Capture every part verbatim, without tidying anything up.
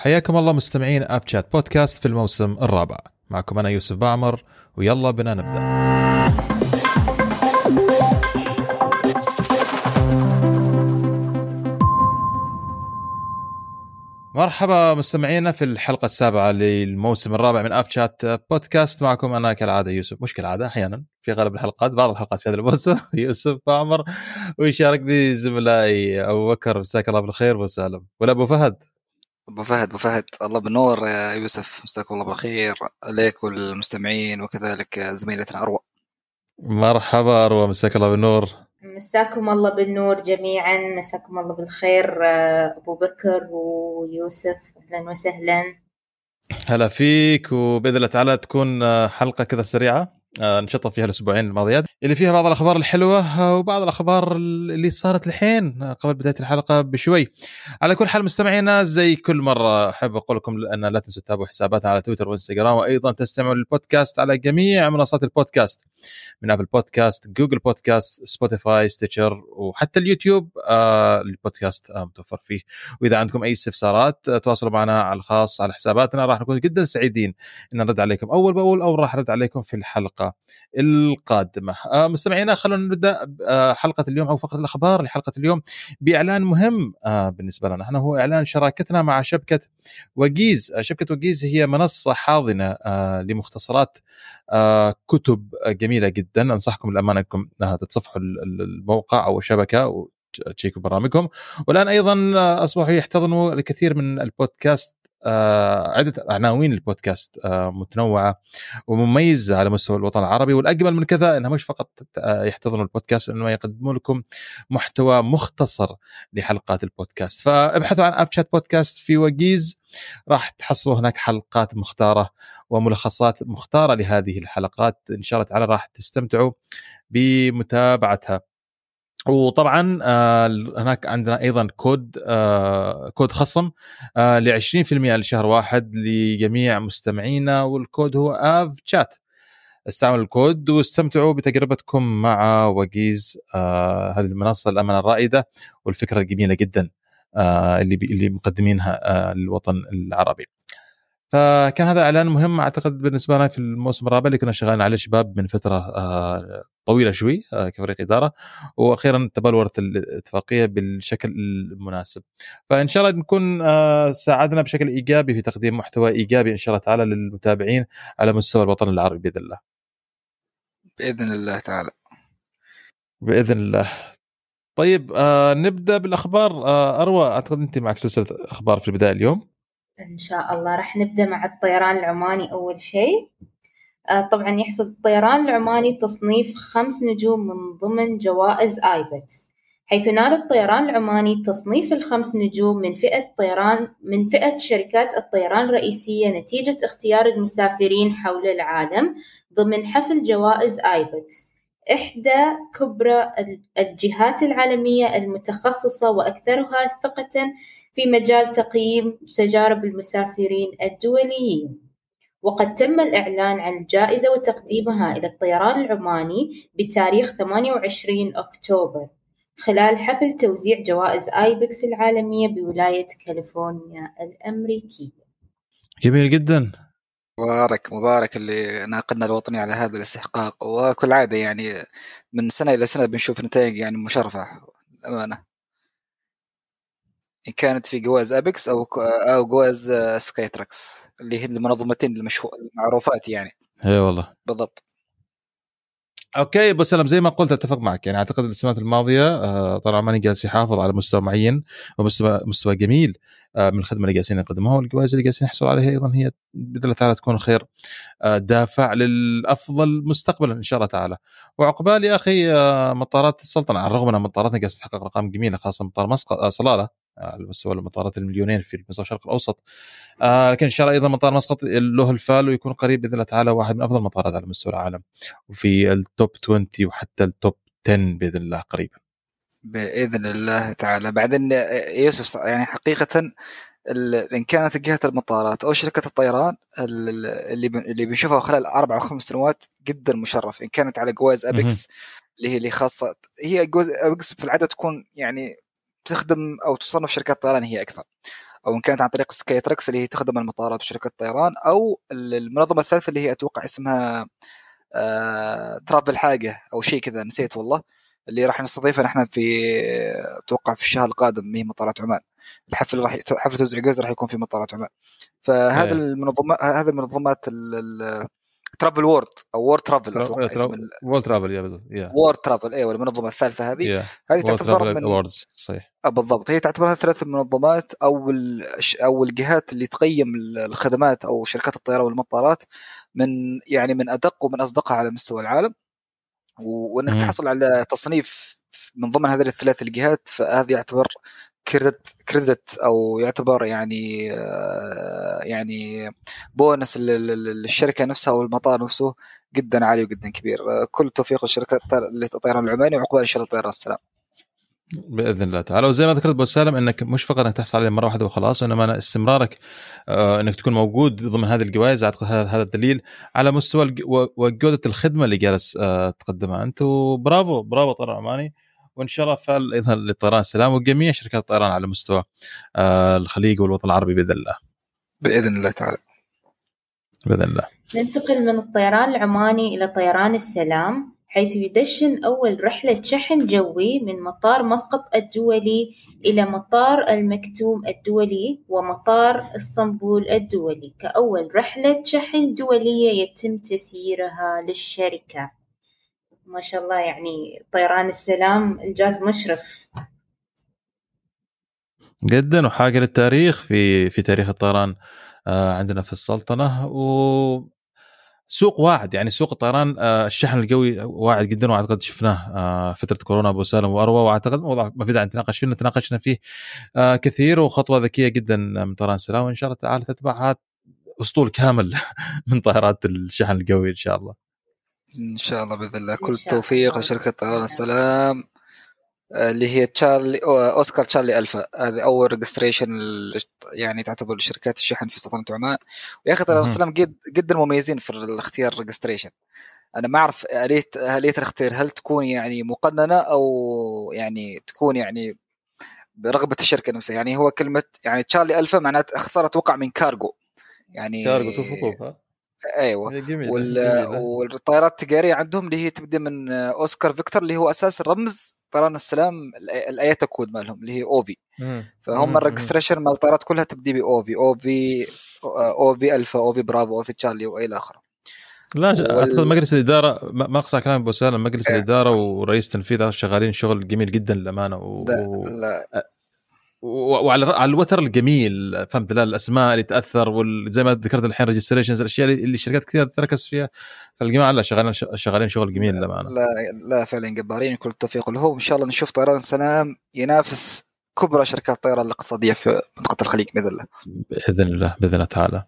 حياكم الله مستمعين أب شات بودكاست في الموسم الرابع. معكم أنا يوسف بعمر، ويلا بنا نبدأ. مرحبا مستمعينا في الحلقة السابعة للموسم الرابع من أب شات بودكاست. معكم أنا كالعادة يوسف، مش كالعادة أحيانا في غالب الحلقات، بعض الحلقات في هذا الموسم يوسف بعمر، ويشاركني زملائي أبو بكر مساك الله بالخير وسالم، ولا أبو فهد. أبو فهد أبو فهد الله بالنور يا يوسف، مساك الله بالخير عليك والمستمعين وكذلك زميلتنا أروى. مرحبا أروى، مساك الله بالنور. مساكم الله بالنور جميعا، مساكم الله بالخير أبو بكر ويوسف، أهلا وسهلا. هلا فيك، وبإذن الله تعالى تكون حلقة كذا سريعة نشطة فيها الأسبوعين الماضيات اللي فيها بعض الأخبار الحلوة وبعض الأخبار اللي صارت الحين قبل بداية الحلقة بشوي. على كل حال مستمعينا، زي كل مرة أحب أقول لكم أن لا تنسوا تتابعوا حساباتنا على تويتر وإنستغرام، وأيضا تستمعوا للبودكاست على جميع منصات البودكاست من أبل بودكاست، جوجل بودكاست، سبوتيفاي، ستيتشر، وحتى اليوتيوب آه البودكاست آه متوفر فيه. وإذا عندكم أي استفسارات تواصلوا معنا على الخاص على حساباتنا، راح نكون جدا سعيدين إن نرد عليكم أول بأول، أو راح نرد عليكم في الحلقة القادمة. آه مستمعينا، خلونا نبدأ آه حلقة اليوم أو فقرة الأخبار لحلقة اليوم بإعلان مهم آه بالنسبة لنا. احنا هو إعلان شراكتنا مع شبكة وجيز. آه شبكة وجيز هي منصة حاضنة آه لمختصرات آه كتب جميلة جدا. أنصحكم الأمانة أنكم آه تتصفحوا الموقع أو الشبكة وتشيكوا برامجهم. والآن أيضا أصبحوا يحتضنوا الكثير من البودكاست، آه عدة عناوين البودكاست آه متنوعة ومميزة على مستوى الوطن العربي. والأجمل من كذا أنها مش فقط يحتضنوا البودكاست، إنما يقدمون لكم محتوى مختصر لحلقات البودكاست. فابحثوا عن أب شات بودكاست في وجيز، راح تحصلوا هناك حلقات مختارة وملخصات مختارة لهذه الحلقات. إن شاء الله تعالى راح تستمتعوا بمتابعتها. وطبعا آه هناك عندنا ايضا كود آه كود خصم آه ل عشرين بالمئة لشهر واحد لجميع مستمعينا، والكود هو اف شات. استعملوا الكود واستمتعوا بتجربتكم مع وجيز، آه هذه المنصه الامانه الرائده والفكره الجميله جدا آه اللي اللي مقدمينها آه للوطن العربي. فكان هذا إعلان مهم أعتقد بالنسبة لنا في الموسم الرابع اللي كنا شغالين عليه شباب من فترة طويلة شوي كفريق إدارة، وأخيرا تبلورت الاتفاقية بالشكل المناسب. فإن شاء الله نكون ساعدنا بشكل إيجابي في تقديم محتوى إيجابي إن شاء الله تعالى للمتابعين على مستوى الوطن العربي بإذن الله. بإذن الله تعالى بإذن الله. طيب آه نبدأ بالأخبار. آه أروى، أعتقد أنت معك سلسلة أخبار في البداية اليوم. إن شاء الله راح نبدأ مع الطيران العماني. أول شيء آه طبعا يحصد الطيران العماني تصنيف خمس نجوم من ضمن جوائز آيبكس، حيث نال الطيران العماني تصنيف الخمس نجوم من فئة طيران من فئة شركات الطيران الرئيسية نتيجة اختيار المسافرين حول العالم ضمن حفل جوائز آيبكس، إحدى كبرى الجهات العالمية المتخصصة وأكثرها ثقة في مجال تقييم تجارب المسافرين الدوليين. وقد تم الإعلان عن الجائزة وتقديمها إلى الطيران العماني بتاريخ ثمانية وعشرين أكتوبر خلال حفل توزيع جوائز آيبكس العالمية بولاية كاليفورنيا الأمريكية. جميل جدا، مبارك مبارك اللي ناقدنا الوطني على هذا الاستحقاق. وكل عادة يعني من سنة إلى سنة بنشوف نتائج يعني مشرفة الأمانة، إن كانت في جوائز أبيكس أو أو جوائز سكاي تراكس اللي هي المنظمتين المشهور المعروفات يعني. اي والله بالضبط. اوكي ابو سلام، زي ما قلت اتفق معك. يعني اعتقد السنوات الماضيه آه طبعا ماني جالس يحافظ على مستوى معين ومستوى مستوى جميل آه من الخدمه اللي جالسين يقدموها، والجوائز اللي جالسين يحصلوا عليها ايضا هي باذن الله تعالى تكون خير آه دافع للافضل مستقبلا ان شاء الله تعالى. وعقبال يا اخي آه مطارات السلطنه، على الرغم ان مطاراتنا جالسه تحقق ارقام جميله، خاصه مطار مسقط آه صلاله على مستوى المطارات المليونين في مستوى الشرق الاوسط. آه لكن ان شاء الله ايضا مطار مسقط له الفال ويكون قريب باذن الله تعالى واحد من افضل المطارات على مستوى العالم، وفي التوب عشرين وحتى التوب عشرة باذن الله قريبا باذن الله تعالى. بعدين يوسف يعني حقيقه إن كانت جهة المطارات أو شركة الطيران اللي اللي بنشوفها خلال أربع أو خمس سنوات جدا مشرف. إن كانت على جوائز أبيكس اللي هي اللي خاصة، هي جوائز أبيكس في العادة تكون يعني تخدم أو تصنف شركات الطيران هي أكثر، او ان كانت عن طريق سكاي تراكس اللي هي تخدم المطارات وشركات الطيران، او المنظمه الثالثه اللي هي اتوقع اسمها آه ترافل حاجه او شيء كذا نسيت والله، اللي راح نستضيفها نحن في اتوقع في الشهر القادم هي مطارات عمان. الحفل راح حفل توزيع جوائز راح يكون في مطارات عمان. فهذا المنظمات هذه المنظمات ترافل وورد او وورد ترافل اتوقع اسم وورد ترافل يا بالضبط يا وورد ترافل ايوه المنظمه الثالثه هذه yeah. هذه تعتبر من أوردز صحيح بالضبط، هي تعتبرها ثلاث منظمات او او الجهات اللي تقيم الخدمات او شركات الطيران والمطارات من يعني من ادق ومن اصدقها على مستوى العالم، وانك م- تحصل على تصنيف من ضمن هذه الثلاث الجهات، فهذا يعتبر كريدت كريدت او يعتبر يعني يعني بونس للشركه نفسها والمطار نفسه جدا عالي وجدا كبير. كل توفيق للشركه الطيران العماني وعقبال ان شاء الله طيران السلام باذن الله تعالى. وزي ما ذكرت ابو سالم انك مش فقط انك تحصل عليه مره واحده وخلاص، انما استمرارك آه انك تكون موجود ضمن هذه الجوائز اعتقد هذا الدليل على مستوى وجوده الخدمه اللي جالس آه تقدمها انت. وبرافو برافو طيران عماني، وان شاء الله فعل ايضا للطيران السلام وجميع شركات الطيران على مستوى آه الخليج والوطن العربي باذن الله باذن الله تعالى باذن الله. ننتقل من الطيران العماني الى طيران السلام، حيث يدشن أول رحلة شحن جوي من مطار مسقط الدولي إلى مطار المكتوم الدولي ومطار اسطنبول الدولي كأول رحلة شحن دولية يتم تسييرها للشركة. ما شاء الله، يعني طيران السلام إنجاز مشرف جدا وحاجة للتاريخ في في تاريخ الطيران عندنا في السلطنة. و سوق واعد، يعني سوق الطيران الشحن الجوي واعد جدا، واعتقد شفناه فتره كورونا ابو سالم واروى، واعتقد موضوع ما في داعي نتناقش فيه، تناقشنا فيه كثير، وخطوه ذكيه جدا من طيران السلام، وان شاء الله تعالى تتبعها اسطول كامل من طائرات الشحن الجوي ان شاء الله. ان شاء الله باذن الله. كل التوفيق لشركه طيران السلام اللي هي تشارلي اوسكار تشارلي الفا، هذه اول ريجستريشن يعني تعتبر لشركات الشحن في سلطنه عمان. ويا اخي طيران السلام جد جدا مميزين في الاختيار ريجستريشن. انا ما اعرف آلية آلية الاختيار هل تكون يعني مقننه او يعني تكون يعني برغبه الشركه نفسها. يعني هو كلمه يعني تشارلي الفا معناته اختصار اتوقع من كارغو، يعني كارغو توفقوها ايوه. جميلة. وال... جميلة. والطائرات التجاريه عندهم اللي هي تبدا من اوسكار فيكتور اللي هو اساس الرمز طيران السلام الايات كود مالهم اللي هي اوفي. فهم الريجستريشن مال الطائرات كلها تبدي باوفي اوفي اوفي الفا اوفي برافو اوفي تشارلي والى اخره. لا اعتقد وال... مجلس الاداره ما اقصى كلام ابو سالم، مجلس اه. الاداره ورئيس التنفيذ شغالين شغل جميل جدا للامانه و... لا. وعلى على الوتر الجميل، فهمت؟ لا الاسماء اللي تاثر وزي ما ذكرت الحين ريجستريشنز الاشياء اللي الشركات كثير تركز فيها، فالجماعه لا شغالين شغالين شغل جميل للامانه. لا لا فعلا جبارين، كل التوفيق لهم. ان شاء الله نشوف طيران السلام ينافس كبرى شركات الطيران الاقتصاديه في منطقه الخليج باذن الله باذن الله باذن الله تعالى.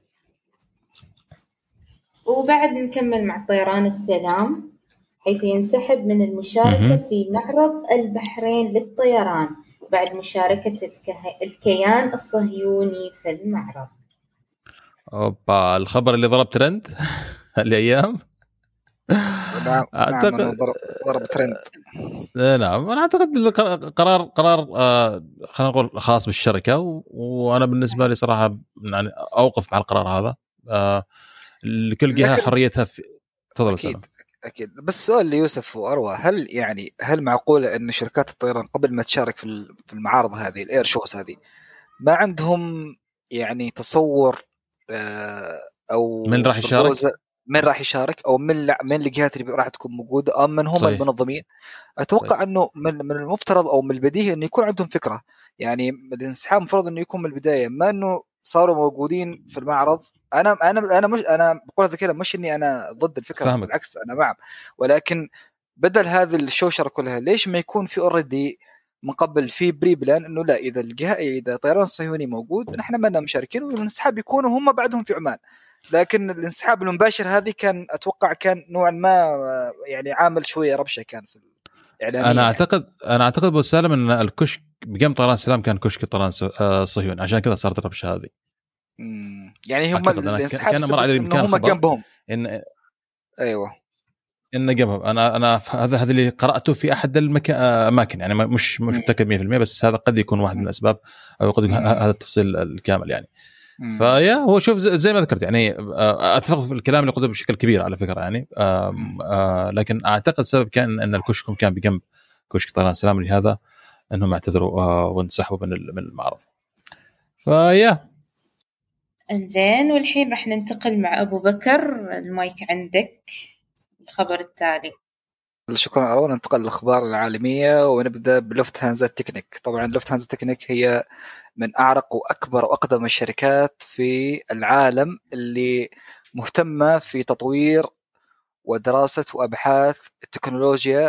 وبعد نكمل مع طيران السلام، حيث ينسحب من المشاركه في معرض البحرين للطيران بعد مشاركة الكيان الصهيوني في المعرض. أوبا، الخبر اللي ضرب ترند الأيام. نعم أعتقد نعم ضرب, ضرب ترند. نعم أنا أعتقد قرار قرار آه خلينا نقول خاص بالشركة، وأنا بالنسبة لي صراحة يعني أوقف مع القرار هذا. آه لكل جهة حريتها في تفضل. أكيد أكيد. بس سؤال ليوسف وأروى، هل يعني هل معقولة أن شركات الطيران قبل ما تشارك في في المعارض هذه الإير شوز هذه ما عندهم يعني تصور أو من راح يشارك من راح يشارك أو من من الجهات اللي راح تكون موجودة أم من هم صحيح. المنظمين أتوقع صحيح. أنه من من المفترض أو من البديهي أنه يكون عندهم فكرة. يعني الانسحاب مفروض أنه يكون من البداية، ما أنه صاروا موجودين في المعرض. انا انا انا مش انا بقول هذا كده مش اني انا ضد الفكره فهمت. بالعكس انا مع، ولكن بدل هذه الشوشره كلها ليش ما يكون في اوريدي من قبل في بري بلان انه لا اذا الجهه اذا طيران الصهيوني موجود نحن ما لنا مشاركين، والانسحاب يكونوا هم بعدهم في عمان. لكن الانسحاب المباشر هذه كان اتوقع كان نوعا ما يعني عامل شويه ربشه كان في الاعلاميه. انا اعتقد يعني. انا اعتقد ابو سالم ان الكشك بقام طيران السلام كان كشك طيران الصهيوني، عشان كذا صارت الربشه هذه. امم يعني هم الانسحاب انه هم جنبهم إن... ايوه انه قبل انا انا هذا هذا اللي قراته في احد الاماكن يعني مش مش متاكد مية بالمية بس هذا قد يكون واحد من الاسباب او قد يكون هذا التفصيل الكامل يعني. فيا هو شوف زي ما ذكرت يعني اتفق في الكلام اللي قلته بشكل كبير على فكره يعني آآ آآ لكن اعتقد سبب كان ان الكشكم كان بجنب كشك طيران السلام، لهذا انهم اعتذروا وانسحبوا من من المعرض. فيا انزين والحين راح ننتقل مع ابو بكر، المايك عندك الخبر التالي. شكرا أروى. ننتقل للأخبار العالمية ونبدأ بلوفت هانزا تكنيك. طبعا لوفت هانزا تكنيك هي من أعرق وأكبر وأقدم الشركات في العالم اللي مهتمة في تطوير ودراسة وأبحاث التكنولوجيا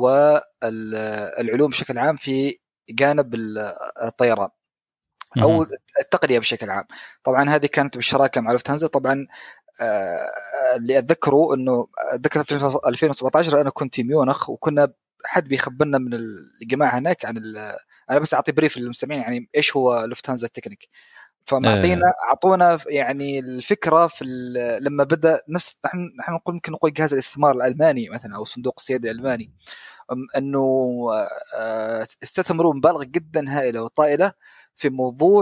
والعلوم بشكل عام في جانب الطيران أو التقنية بشكل عام. طبعا هذه كانت بالشراكة مع لوفت هانزا. طبعا آه اللي أتذكره أنه أتذكر في ألفين وسبعة عشر أنا كنت ميونخ وكنا حد بيخبرنا من الجماعة هناك عن أنا بس أعطي بريف للمستمعين يعني إيش هو لوفت هانزا تكنيك. فمعطينا أعطونا يعني الفكرة في لما بدأ نفس نحن نحن نقول ممكن نقول جهاز الاستثمار الألماني مثلا أو صندوق السيادة الألماني أنه استثمروا مبالغ جدا هائلة وطائلة في موضوع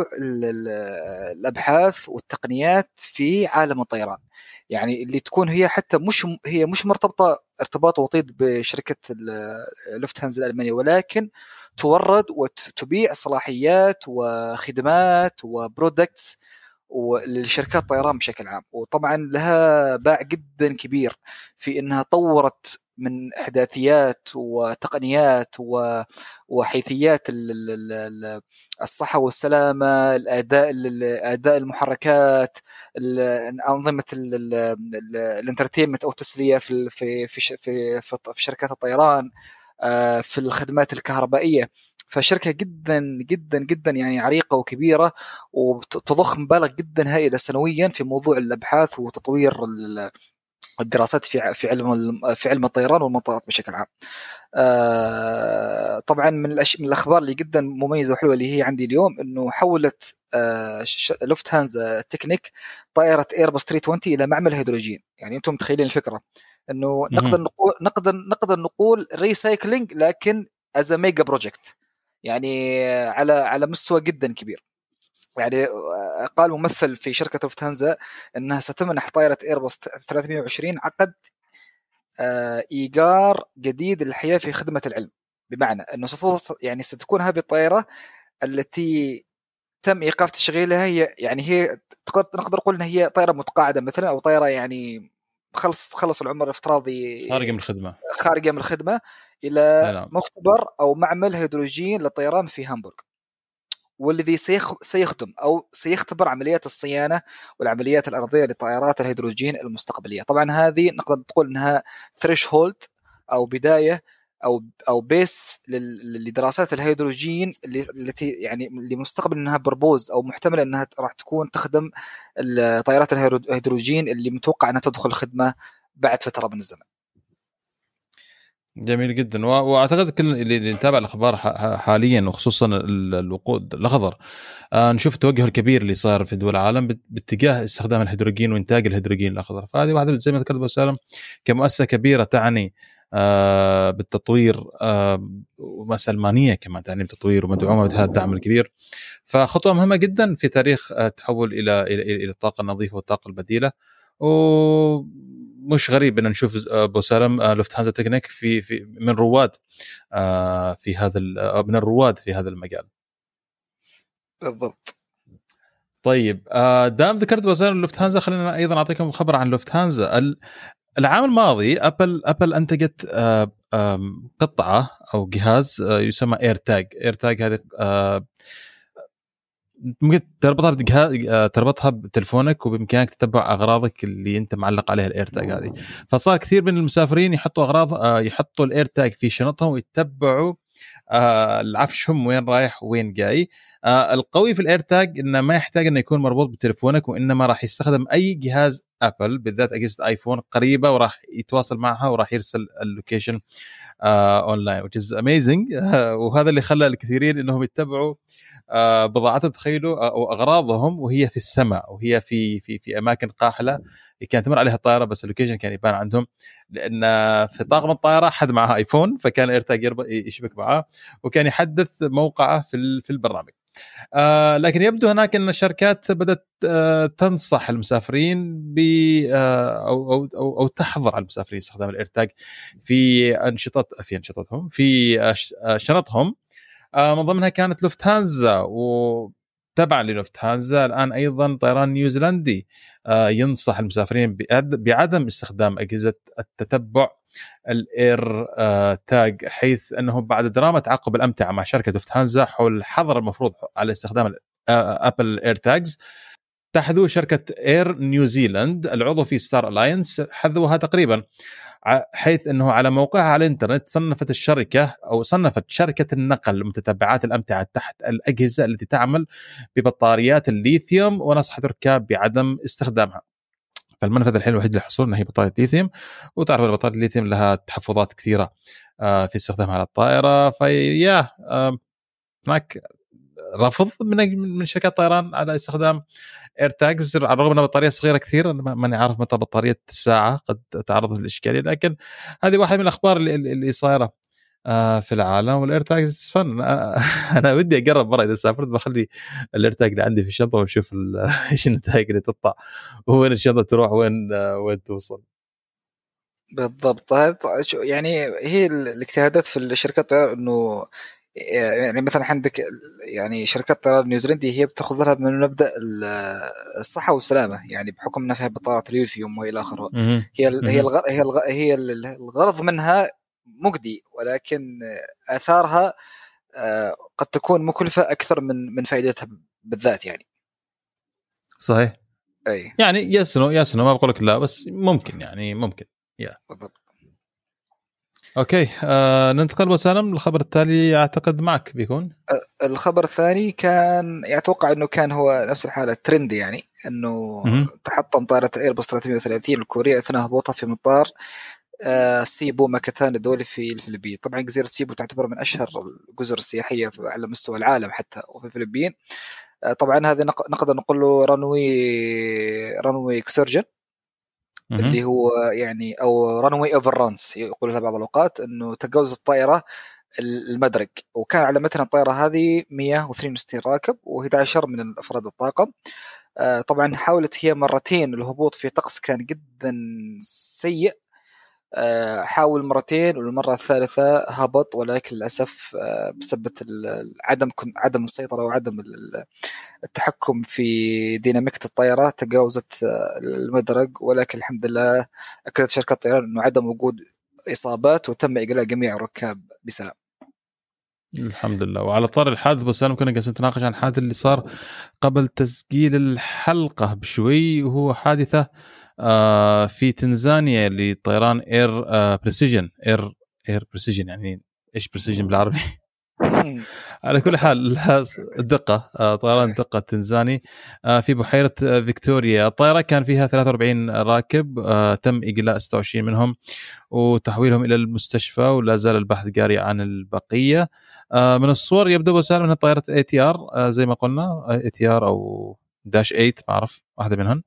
الأبحاث والتقنيات في عالم الطيران، يعني اللي تكون هي حتى مش هي مش مرتبطة ارتباط وطيد بشركة لوفت هانزا الألمانية، ولكن تورد وتبيع صلاحيات وخدمات وبرودكتس ولشركات الطيران بشكل عام. وطبعا لها باع جدا كبير في أنها طورت من إحداثيات وتقنيات وحيثيات الصحة والسلامة، الأداء الأداء المحركات، أنظمة الانترتينمنت أو التسلية في في في في في شركات الطيران، في الخدمات الكهربائية. فشركة جدا جدا جدا يعني عريقة وكبيرة وتضخ مبالغ جدا هائلة سنويا في موضوع الأبحاث وتطوير الدراسات في في علم في علم الطيران والمطارات بشكل عام. آه طبعا من, الأش... من الأخبار اللي جدا مميزة وحلوة اللي هي عندي اليوم إنه حولت آه ش... لوفت هانزا تكنيك طائرة إيرباص ثلاثمية وعشرين إلى معمل هيدروجين. يعني أنتم متخيلين الفكرة إنه نقدر نقول نقدر نقدر نقول ريسايكلينج لكن as a mega project، يعني على على مستوى جدا كبير. يعني قال ممثل في شركة لوفت هانزا أنها ستمنح طائرة إيرباص ثلاثمية وعشرين عقد إيجار جديد للحياة في خدمة العلم، بمعنى أنه يعني ستكون هذه الطائرة التي تم إيقاف تشغيلها هي يعني هي نقدر نقول أنها هي طائرة متقاعدة مثلا أو طائرة يعني خلص خلص العمر الافتراضي خارجة من الخدمة خارجة من الخدمة إلى نعم. مختبر أو معمل هيدروجين للطيران في هامبورغ، والذي سيخدم أو سيختبر عمليات الصيانة والعمليات الأرضية لطائرات الهيدروجين المستقبلية. طبعا هذه نقدر نقول أنها threshold أو بداية أو أو بيس لدراسات الهيدروجين التي يعني لمستقبل أنها بربوز أو محتمل أنها راح تكون تخدم الطائرات الهيدروجين اللي متوقع أنها تدخل الخدمة بعد فترة من الزمن. جميل جدا. واعتقد كل اللي نتابع الاخبار حاليا وخصوصا الوقود الاخضر آه نشوف التوجه الكبير اللي صار في دول العالم باتجاه استخدام الهيدروجين وانتاج الهيدروجين الاخضر. فهذه واحده زي ما ذكرت ابو سالم كمؤسسه كبيره تعني آه بالتطوير آه ومؤسسه المانيه كمان تعني بالتطوير ومدعومه بهذا الدعم الكبير. فخطوه مهمه جدا في تاريخ التحول الى الى الى الطاقه النظيفه والطاقه البديله. ومش غريب ان نشوف ابو سالم لوفت هانزا تكنيك في في من رواد في هذا من الرواد في هذا المجال بالضبط. طيب دام ذكرت ابو سالم لوفت هانزا خلينا ايضا اعطيكم خبر عن لوفت هانزا. العام الماضي ابل ابل انتجت قطعه او جهاز يسمى اير تاج. اير تاج هذه ممكن تربطها بجهاز تربطها بتلفونك وبامكانك تتبع اغراضك اللي انت معلق عليها الاير تاج هذه. فصار كثير من المسافرين يحطوا اغراض يحطوا الاير تاج في شنطهم ويتبعوا العفشهم وين رايح وين جاي. القوي في الاير تاج انه ما يحتاج انه يكون مربوط بتلفونك وانما راح يستخدم اي جهاز ابل بالذات اجهزه ايفون قريبه وراح يتواصل معها وراح يرسل اللوكيشن اونلاين which is amazing. وهذا اللي خلى الكثيرين انهم يتبعوا بضاعتهم تخيلوا او اغراضهم وهي في السماء وهي في في في اماكن قاحله كانت تمر عليها الطائره، بس اللوكيشن كان يبان عندهم لان في طاقم الطائره حد معه ايفون، فكان ايرتاج يشبك معه وكان يحدث موقعه في في البرنامج. آه لكن يبدو هناك ان الشركات بدات آه تنصح المسافرين ب آه أو, أو, أو, او تحظر على المسافرين استخدام الايرتاج في انشطه في انشطتهم في آه شنطهم. آه من ضمنها كانت لوفتهانزا، وتبعا للوفتهانزا الان ايضا طيران نيوزيلندي آه ينصح المسافرين بعدم استخدام اجهزه التتبع الاير آه تاج، حيث انه بعد دراما تعقب الامتعه مع شركه لوفتهانزا حول الحظر المفروض على استخدام آه ابل اير تاجز، تحذو شركه اير نيوزيلند العضو في ستار الاينس حذوها تقريبا، حيث انه على موقعها على الانترنت صنفت الشركه او صنفت شركه النقل لمتتبعات الامتعه تحت الاجهزه التي تعمل ببطاريات الليثيوم، ونصحت الركاب بعدم استخدامها. فالمنفذ الحين الوحيد للحصول انها هي بطاريه ليثيوم، وتعرف بطاريه الليثيوم لها تحفظات كثيره في استخدامها على الطائره. فيا هناك رفض من من شركات الطيران على استخدام اير تاجز، على الرغم انها بطاريه صغيره كثير، ماني عارف متى بطاريه الساعه قد تعرضت للاشكاليه، لكن هذه واحده من الاخبار اللي, اللي صايره في العالم. والاير تاجز فن، انا ودي اقرب مره اذا سافرت بخلي الاير تاج اللي عندي في الشنطه ونشوف ايش النتائج اللي تطلع وين الشنطه تروح وين وين توصل بالضبط. يعني هي الاجتهادات في الشركات انه يعني مثلا عندك يعني شركات الطيران النيوزيلندية هي بتاخذ لها من مبدأ الصحة والسلامة، يعني بحكم انها فيها بطارة ليثيوم والى اخره. هي ال هي ال هي ال هي الغرض منها مجدي، ولكن آثارها قد تكون مكلفة أكثر من من فائدتها بالذات. يعني صحيح. أي يعني يسنو يسنو ما بقول لك لا، بس ممكن يعني ممكن يا بالضبط. اوكي آه ننتقل وسلام للخبر التالي، اعتقد معك بيكون الخبر الثاني. كان يتوقع انه كان هو نفس الحاله ترند، يعني انه م- تحطم طائره ايرباص ثلاثمية وثلاثين الكوريه اثناء هبوطها في مطار آه سيبو ماكاتان الدولي في الفلبين. طبعا جزيره سيبو تعتبر من اشهر الجزر السياحيه على مستوى العالم حتى وفي الفلبين. آه طبعا هذا نقدر نقول له رانوي رانوي اكسرجن اللي هو يعني او رانوي اوفررانس يقولها بعض الاوقات، انه تجاوز الطائره المدرج، وكان على متن الطائرة هذه مئة واثنين وستين راكب وأحد عشر من الأفراد الطاقم. آه طبعا حاولت هي مرتين الهبوط في طقس كان جدا سيء. آه حاول مرتين والمرة الثالثة هبط، ولكن للأسف آه بسبب عدم عدم السيطرة وعدم التحكم في ديناميكة الطائرة تجاوزت آه المدرج. ولكن الحمد لله أكدت شركة الطيران أنه عدم وجود إصابات وتم إقلاع جميع الركاب بسلام. الحمد لله. وعلى طار الحادث بس أنا كنا قاعدين نتناقش عن الحادث اللي صار قبل تسجيل الحلقة بشوي، وهو حادثة آه في تنزانيا لطيران اير آه بريسيجن اير اير بريسيجن يعني ايش بريسيجن بالعربي؟ على كل حال الدقة آه طيران دقة تنزاني آه في بحيرة فيكتوريا. الطائرة كان فيها ثلاثة وأربعين راكب، آه تم إقلاع ستة وعشرين منهم وتحويلهم إلى المستشفى، ولا زال البحث جاري عن البقية. آه من الصور يبدو بسالم أنها طائرة اي تي ار آه زي ما قلنا اي تي ار أو داش ثمانية ما أعرف واحدة منهن.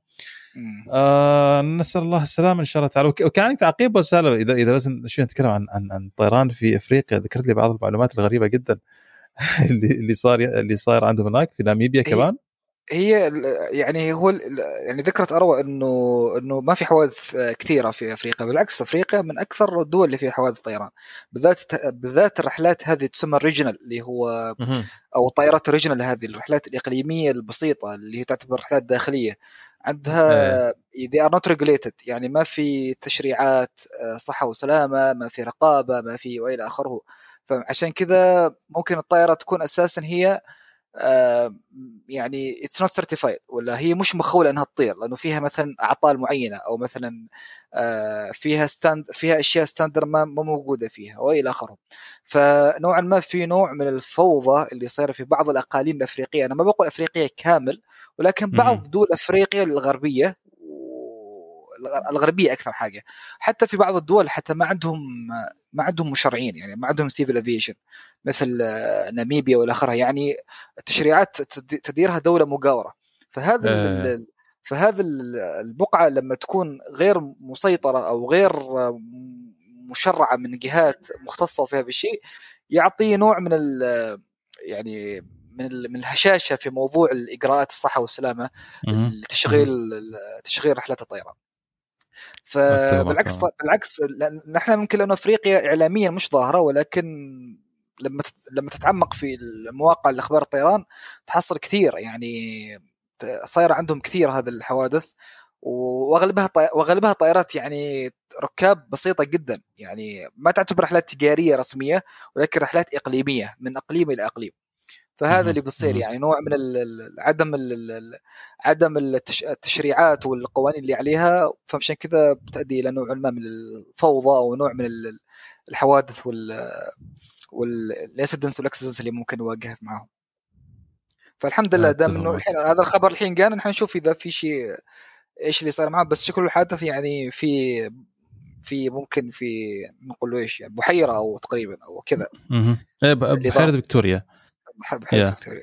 آه نسأل الله السلامة إن شاء الله تعالى. وكان عندي تعقيب وسالم إذا إذا بس شو نتكلم عن عن عن طيران في أفريقيا، ذكرت لي بعض المعلومات الغريبة جدا اللي اللي صار اللي صاير عندهم هناك في ناميبيا كمان. هي يعني هو يعني ذكرت أروى إنه إنه ما في حوادث كثيرة في أفريقيا، بالعكس أفريقيا من أكثر الدول اللي فيها حوادث طيران، بالذات بالذات الرحلات هذه تسمى الريجنال اللي هو أو طائرات الريجنال، هذه الرحلات الإقليمية البسيطة اللي هي تعتبر رحلات داخلية عندها they are not regulated، يعني ما في تشريعات صحة وسلامة، ما في رقابة، ما في وإلى آخره. فعشان كذا ممكن الطائرة تكون أساسا هي آه يعني it's not certified، ولا هي مش مخولة انها تطير، لانه فيها مثلا اعطال معينة او مثلا آه فيها ستاند فيها اشياء ستاندر ما موجودة فيها والى اخره. فنوعا ما في نوع من الفوضى اللي صار في بعض الاقاليم الافريقية. انا ما بقول افريقيا كامل، ولكن بعض دول افريقيا الغربية الغربيه اكثر حاجه. حتى في بعض الدول حتى ما عندهم ما عندهم مشرعين، يعني ما عندهم سيفل افيشن مثل ناميبيا ولا اخرها، يعني التشريعات تديرها دوله مجاوره. فهذا آه. فهذا البقعه لما تكون غير مسيطره او غير مشرعه من جهات مختصه في هذا الشيء، يعطي نوع من يعني من من الهشاشه في موضوع الاجراءات الصحه والسلامه لتشغيل تشغيل رحلات الطيران. فبالعكس بالعكس نحن ممكن لأن افريقيا اعلاميا مش ظاهره، ولكن لما لما تتعمق في المواقع الاخبار الطيران تحصل كثير، يعني صاير عندهم كثير هذه الحوادث، واغلبها طي... واغلبها طائرات يعني ركاب بسيطه جدا، يعني ما تعتبر رحلات تجاريه رسميه، ولكن رحلات اقليميه من اقليم الى اقليم. فهذا اللي بتصير يعني نوع من عدم عدم التشريعات والقوانين اللي عليها، فمشان كذا بتؤدي الى نوع ما من الفوضى او نوع من الحوادث وال والاسيدنس والاكسيدنس اللي ممكن نواجه معهم. فالحمد لله دام انه الحين هذا الخبر الحين جانا، نحن نشوف اذا في شيء ايش اللي صار معه، بس شكل الحادث يعني في في ممكن في نقول له ايش يعني بحيره او تقريبا او كذا. اها بحيره فيكتوريا. بحيره فيكتوريا.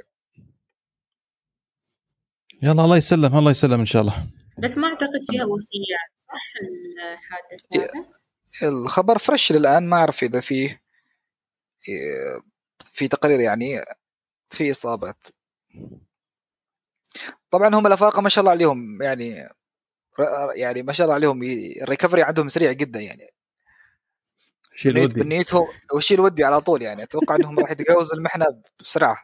يلا الله يسلم الله يسلم ان شاء الله. بس ما اعتقد فيها وفيات صح الحادث هذا؟ الخبر فرش الان، ما اعرف اذا فيه في تقرير يعني في اصابات. طبعا هم الافارقه ما شاء الله عليهم، يعني يعني ما شاء الله عليهم الريكفري عندهم سريع جدا، يعني شيل بنيته وشيل ودي على طول، يعني اتوقع انهم راح يتجاوزوا المحنه بسرعه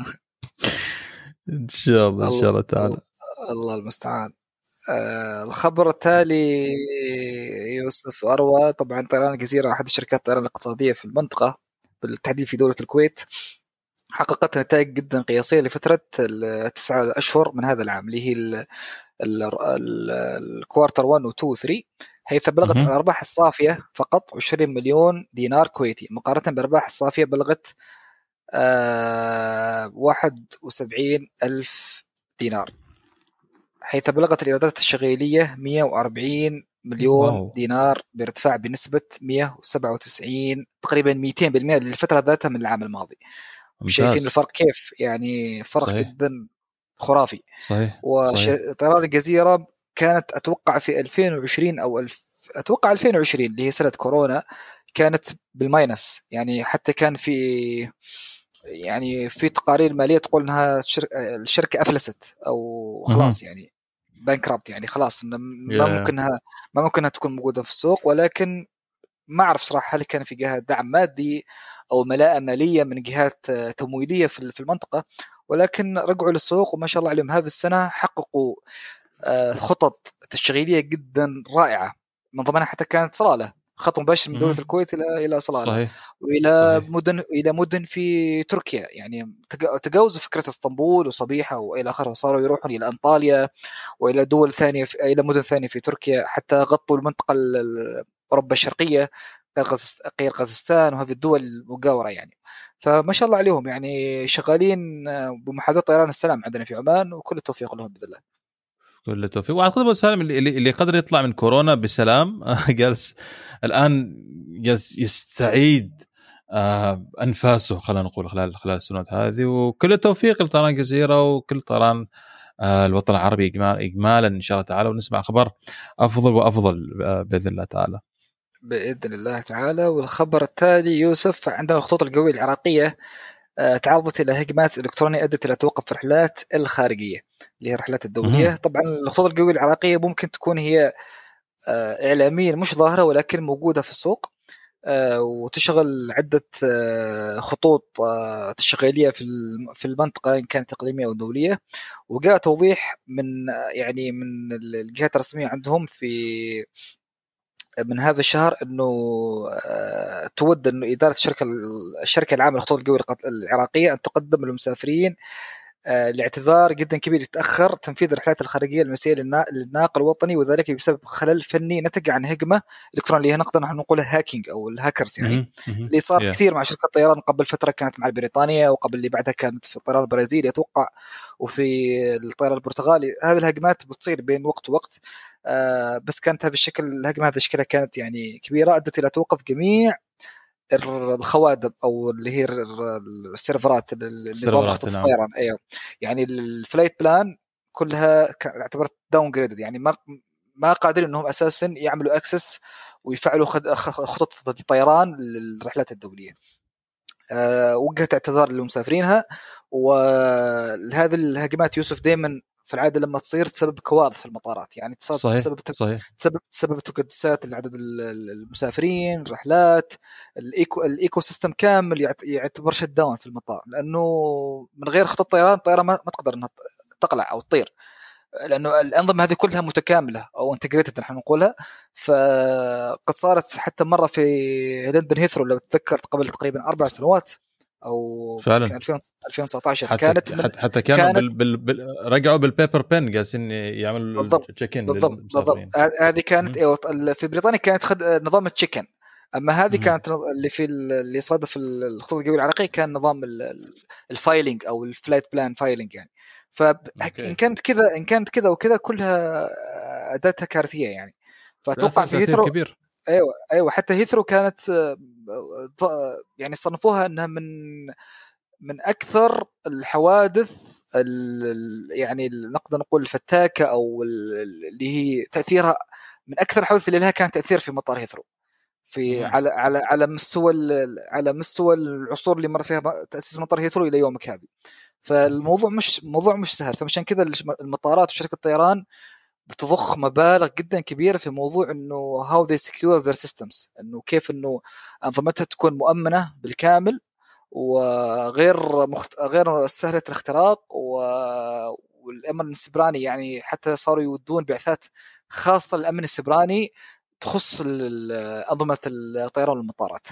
ان شاء الله ان شاء الله تعالى. الله المستعان. آه الخبر التالي يوسف أروى، طبعا طيران الجزيرة أحد الشركات الطيران الاقتصادية في المنطقة بالتحديد في دولة الكويت، حققت نتائج جدا قياسية لفترة التسعة أشهر من هذا العام اللي هي الكوارتر واحد و اثنين و ثلاثة، حيث بلغت الأرباح الصافية فقط عشرين مليون دينار كويتي مقارنة بالأرباح الصافية بلغت آه واحد وسبعين ألف دينار، حيث بلغت الإيرادات التشغيلية مئة وأربعين مليون واو. دينار بارتفاع بنسبة مئة وسبعة وتسعين تقريبا مئتين بالمئة للفترة ذاتها من العام الماضي. شايفين الفرق كيف؟ يعني فرق صحيح. جدا خرافي. صحيح. وطيران الجزيرة كانت أتوقع في ألفين وعشرين أو الف... أتوقع ألفين وعشرين اللي هي سنة كورونا كانت بالماينس، يعني حتى كان في يعني في تقارير مالية تقول انها الشركة افلست او خلاص يعني بانكرابت، يعني خلاص ما ممكنها ما ممكنها تكون موجودة في السوق. ولكن ما اعرف صراحة هل كان في جهة دعم مادي او ملاءة مالية من جهات تمويلية في المنطقة، ولكن رجعوا للسوق وما شاء الله عليهم هذه السنة حققوا خطط تشغيلية جدا رائعة، من ضمنها حتى كانت صلالة خط مباشر من دولة الكويت إلى إلى صلالة صحيح. وإلى صحيح. مدن إلى مدن في تركيا، يعني تجاوزوا فكرة اسطنبول وصبيحة وإلى آخره، وصاروا يروحون إلى أنطاليا وإلى دول ثانية في... إلى مدن ثانية في تركيا، حتى غطوا المنطقة أوروبا الشرقية قرغيزستان وهذه الدول المجاورة يعني. فما شاء الله عليهم يعني شغالين بمحاذاة طيران السلام عندنا في عمان، وكل التوفيق لهم بإذن الله. كل التوفيق. وعلى قدر سالم اللي اللي قدر يطلع من كورونا بسلام جالس الآن يستعيد أنفاسه خلينا نقول خلال خلال السنوات هذه. وكل التوفيق لطيران الجزيرة وكل طيران الوطن العربي إجمالا إن شاء الله تعالى، ونسمع أخبار أفضل وأفضل بإذن الله تعالى. بإذن الله تعالى. والخبر التالي يوسف، عندنا الخطوط الجوية العراقية تعرضت إلى هجمات إلكترونية أدت إلى توقف الرحلات الخارجية اللي هي الرحلات الدولية. مم. طبعا الخطوط الجوية العراقية ممكن تكون هي إعلاميا مش ظاهرة ولكن موجودة في السوق، وتشغل عدة خطوط تشغيلية في المنطقة إن كانت إقليمية أو دولية. وجاء توضيح من يعني من الجهات الرسمية عندهم في من هذا الشهر انه تود انه اداره الشركه الشركه العامه للخطوط الجويه العراقيه ان تقدم للمسافرين آه لاعتذار جدا كبير يتأخر تنفيذ الرحلات الخارجية المسيرة للناقل الوطني، وذلك بسبب خلل فني نتج عن هجمة إلكترونية نقدر نحن نقولها هاكينج أو الهاكرز يعني اللي صارت yeah. كثير مع شركة طيران قبل فترة، كانت مع البريطانية وقبل اللي بعدها كانت في الطيران البرازيلي أتوقع وفي الطيران البرتغالي. هذه الهجمات بتصير بين وقت ووقت آه بس كانت هذا الشكل الهجمة هذا شكلها كانت يعني كبيرة، أدت إلى توقف جميع الخوادم او اللي هي السيرفرات النظام خطوط الطيران. ايوه يعني الفلايت بلان كلها اعتبرت داون جريدد، يعني ما ما قادرين انهم اساسا يعملوا اكسس ويفعلوا خطط الطيران للرحلات الدوليه. أه وجهت اعتذار للمسافرينها. وهذه الهجمات يوسف دائما في العاده لما تصير تسبب كوارث في المطارات، يعني صحيح. تسبب صحيح. تسبب تسبب تكدسات لعدد المسافرين، الرحلات، الايكو الايكو سيستم كامل يعتبر شت داون في المطار، لانه من غير خطوط طيران الطياره ما تقدر انها تقلع او تطير، لانه الانظمه هذه كلها متكامله او انتجريتد نحن نقولها. فقد صارت حتى مره في لندن هيثرو لو تذكرت قبل تقريبا اربع سنوات او فعلا ألفين وتسعة عشر حتى كانت حتى, حتى كانوا كانت بال... بال... رجعوا بالبيبر بين جالسين يعملوا تشيك ان بالضبط. هذه كانت م- في بريطانيا كانت خد... نظام التشيك ان، اما هذه م- كانت اللي في اللي صادف الخطوط الجويه العراقيه كان نظام الفايلنج او الفلايت بلان فايلنج يعني. فإن كانت كذا إن كانت كذا وكذا كلها أداتها كارثية يعني. فأتوقع في هيثرو كبير. أيوة أيوة حتى هيثرو كانت يعني صنفوها أنها من من أكثر الحوادث يعني نقدر نقول الفتاكة أو اللي هي تأثيرها من أكثر الحوادث اللي لها كان تأثير في مطار هيثرو في على على على مستوى على مستوى العصور اللي مر فيها تأسيس مطار هيثرو إلى يومك هذه. فالموضوع مش موضوع مش سهل، فمشان كذا المطارات وشركة الطيران بتضخ مبالغ جدا كبيرة في موضوع إنه how they secure their systems، إنه كيف إنه أنظمتها تكون مؤمنة بالكامل وغير مخت... غير سهلة الاختراق و... والأمن السبراني، يعني حتى صاروا يودون بعثات خاصة للأمن السبراني تخص أنظمة الطيران والمطارات.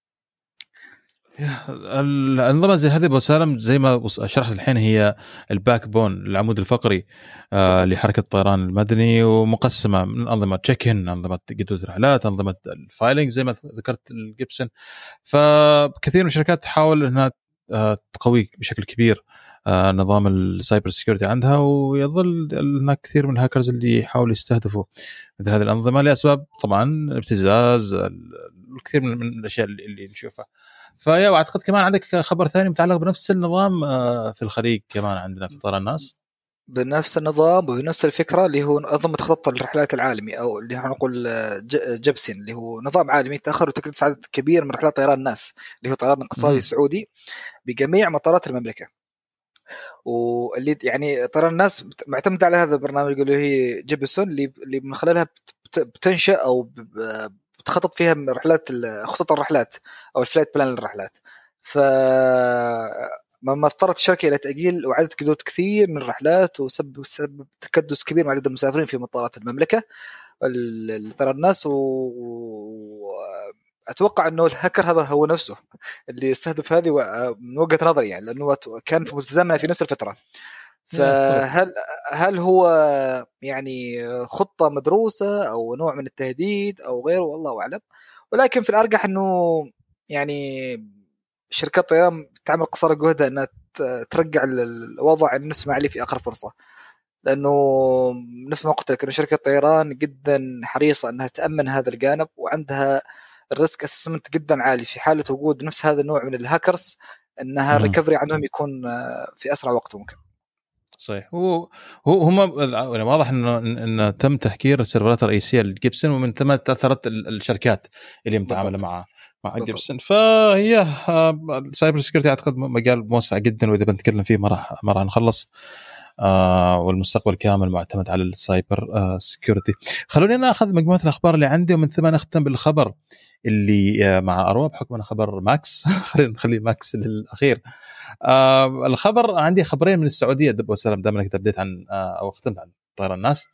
الأنظمة زي هذه بوسالم زي ما شرحت الحين هي الباك بون العمود الفقري آه لحركة الطيران المدني، ومقسمة من أنظمة تشيك إن، أنظمة جدول الرحلات، أنظمة الفايلينج زي ما ذكرت الجيبسون. فكثير من الشركات تحاول أنها آه تقوي بشكل كبير آه نظام السايبر سيكيورتي عندها، ويظل هناك كثير من الهاكرز اللي يحاولوا يستهدفوا مثل هذه الأنظمة لأسباب طبعا ابتزاز الكثير من الأشياء اللي نشوفها. فيا واعتقد كمان عندك خبر ثاني متعلق بنفس النظام في الخليج كمان عندنا في طيران الناس بنفس النظام وبنفس الفكره اللي هو انظمه خطط الرحلات العالمي او اللي احنا نقول جبسين، اللي هو نظام عالمي تاخر وتكدس عدد كبير من رحلات طيران الناس اللي هو طيران اقتصادي سعودي بجميع مطارات المملكه. واللي يعني طيران الناس معتمد على هذا البرنامج اللي هي جبسون اللي اللي من خلالها بتنشأ او تخطط فيها من رحلات خطط الرحلات او الفلايت بلان للرحلات. ف ما اضطرت الشركه الى تاجيل وعدد كدوت كثير من الرحلات وسبب سبب تكدس كبير مع عدد المسافرين في مطارات المملكه ترى الناس. واتوقع انه الهاكر هذا هو نفسه اللي استهدف هذه من وجهه نظري يعني، لانه كانت متزامنه في نفس الفتره. فهل هل هو يعني خطة مدروسة أو نوع من التهديد أو غيره والله أعلم، ولكن في الأرجح إنه يعني شركات الطيران تعمل قصارى جهدها أنها ترجع الوضع اللي نسمع عليه في آخر فرصة، لأنه نسمع قلت لك إنه شركة الطيران جدا حريصة أنها تأمن هذا الجانب، وعندها الريسك أسسمنت جدا عالي في حالة وجود نفس هذا النوع من الهاكرز، أنها الريكفري عندهم يكون في أسرع وقت ممكن. صحيح. هو هو هم يعني واضح انه انه تم تهكير السيرفرات الرئيسيه لجيبسون، ومن ثم تاثرت الشركات اللي متعامله مع مع جيبسون. فهي السايبر سيكيورتي اعتقد مجال موسع جدا، واذا بنتكلم فيه ما راح ما راح نخلص. آه والمستقبل كامل معتمد على السايبر آه سيكيورتي. خلوني ناخذ مجموعه الاخبار اللي عندي، ومن ثم نختم بالخبر اللي آه مع اروى بحكم انه خبر ماكس. خلينا نخلي ماكس للاخير. آه الخبر عندي خبرين من السعوديه دب وسلام، دام انك تبديت عن آه او ختمت عن طيران الناس.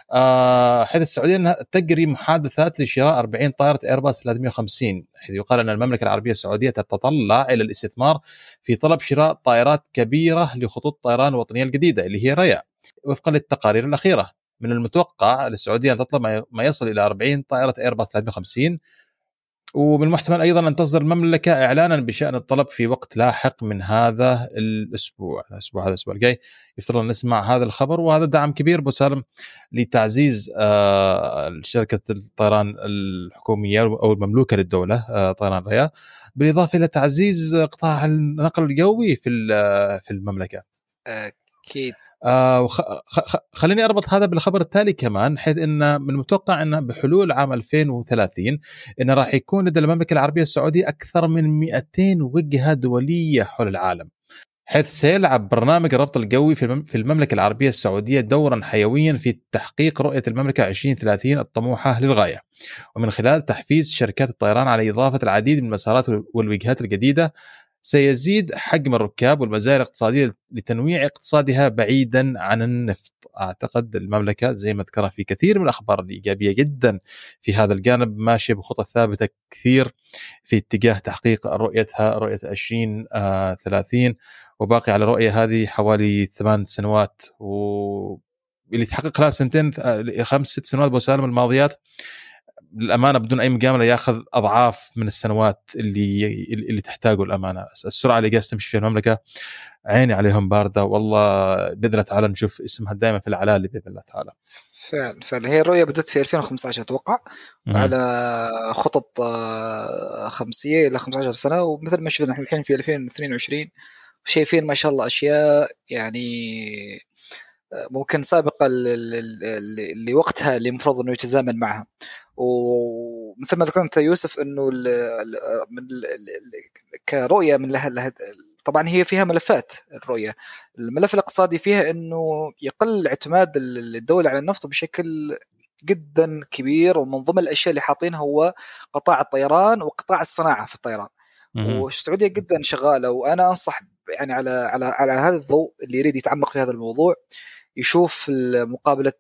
آه حيث السعودية أنها تجري محادثات لشراء أربعين طائرة إيرباص ثلاثمائة وخمسين، حيث يقال أن المملكة العربية السعودية تتطلع إلى الاستثمار في طلب شراء طائرات كبيرة لخطوط طيران الوطنية الجديدة اللي هي ريا. وفقا للتقارير الأخيرة من المتوقع للسعودية أن تطلب ما يصل إلى أربعين طائرة إيرباص ثلاثمائة وخمسين، ومن المحتمل أيضا أن تصدر المملكة إعلانا بشأن الطلب في وقت لاحق من هذا الأسبوع الأسبوع هذا الأسبوع الجاي. يفترض أن نسمع هذا الخبر، وهذا دعم كبير بسالم لتعزيز آه شركة الطيران الحكومية أو المملوكة للدولة آه طيران ريا، بالإضافة إلى تعزيز قطاع النقل الجوي في في المملكة. أكيد. آه وخ... خ... خليني أربط هذا بالخبر التالي كمان، حيث إن من المتوقع أن بحلول عام ألفين وثلاثين إن راح يكون لدى المملكة العربية السعودية أكثر من مئتين وجهة دولية حول العالم، حيث سيلعب برنامج الربط الجوي في المملكة العربية السعودية دورا حيويا في تحقيق رؤية المملكة عشرين ثلاثين الطموحة للغاية، ومن خلال تحفيز شركات الطيران على إضافة العديد من المسارات والوجهات الجديدة. سيزيد حجم الركاب والمزايا الاقتصادية لتنويع اقتصادها بعيدا عن النفط. أعتقد المملكة زي ما ذكرها في كثير من الأخبار الإيجابية جدا في هذا الجانب، ماشية بخطة ثابتة كثير في اتجاه تحقيق رؤيتها رؤية عشرين ثلاثين، وباقي على رؤية هذه حوالي ثمان سنوات، واللي تحقق خلال سنتين خمس ست سنوات بوسالم الماضيات الأمانة بدون أي مجاملة يأخذ أضعاف من السنوات اللي اللي تحتاجه الأمانة. السرعة اللي جالس تمشي فيها المملكة عيني عليهم باردة، والله بإذن الله تعالى نشوف اسمها دائما في العلالي بإذن الله تعالى. فعلا فعلا هي الرؤية بدأت في ألفين وخمسة عشر أتوقع، على خطط خمسية إلى خمسة عشر سنة، ومثل ما شفنا الحين في ألفين واثنين وعشرين شايفين ما شاء الله أشياء يعني ممكن سابقة اللي وقتها اللي مفروض أنه يتزامن معها. ومثل ما ذكرت يوسف أنه من كرؤية من لها طبعا هي فيها ملفات. الرؤية الملف الاقتصادي فيها أنه يقل اعتماد الدولة على النفط بشكل جدا كبير، ومن ضمن الأشياء اللي حاطينها هو قطاع الطيران وقطاع الصناعة في الطيران. والسعودية جدا شغالة، وأنا أنصح يعني على على على هذا الضوء اللي يريد يتعمق في هذا الموضوع يشوف مقابلة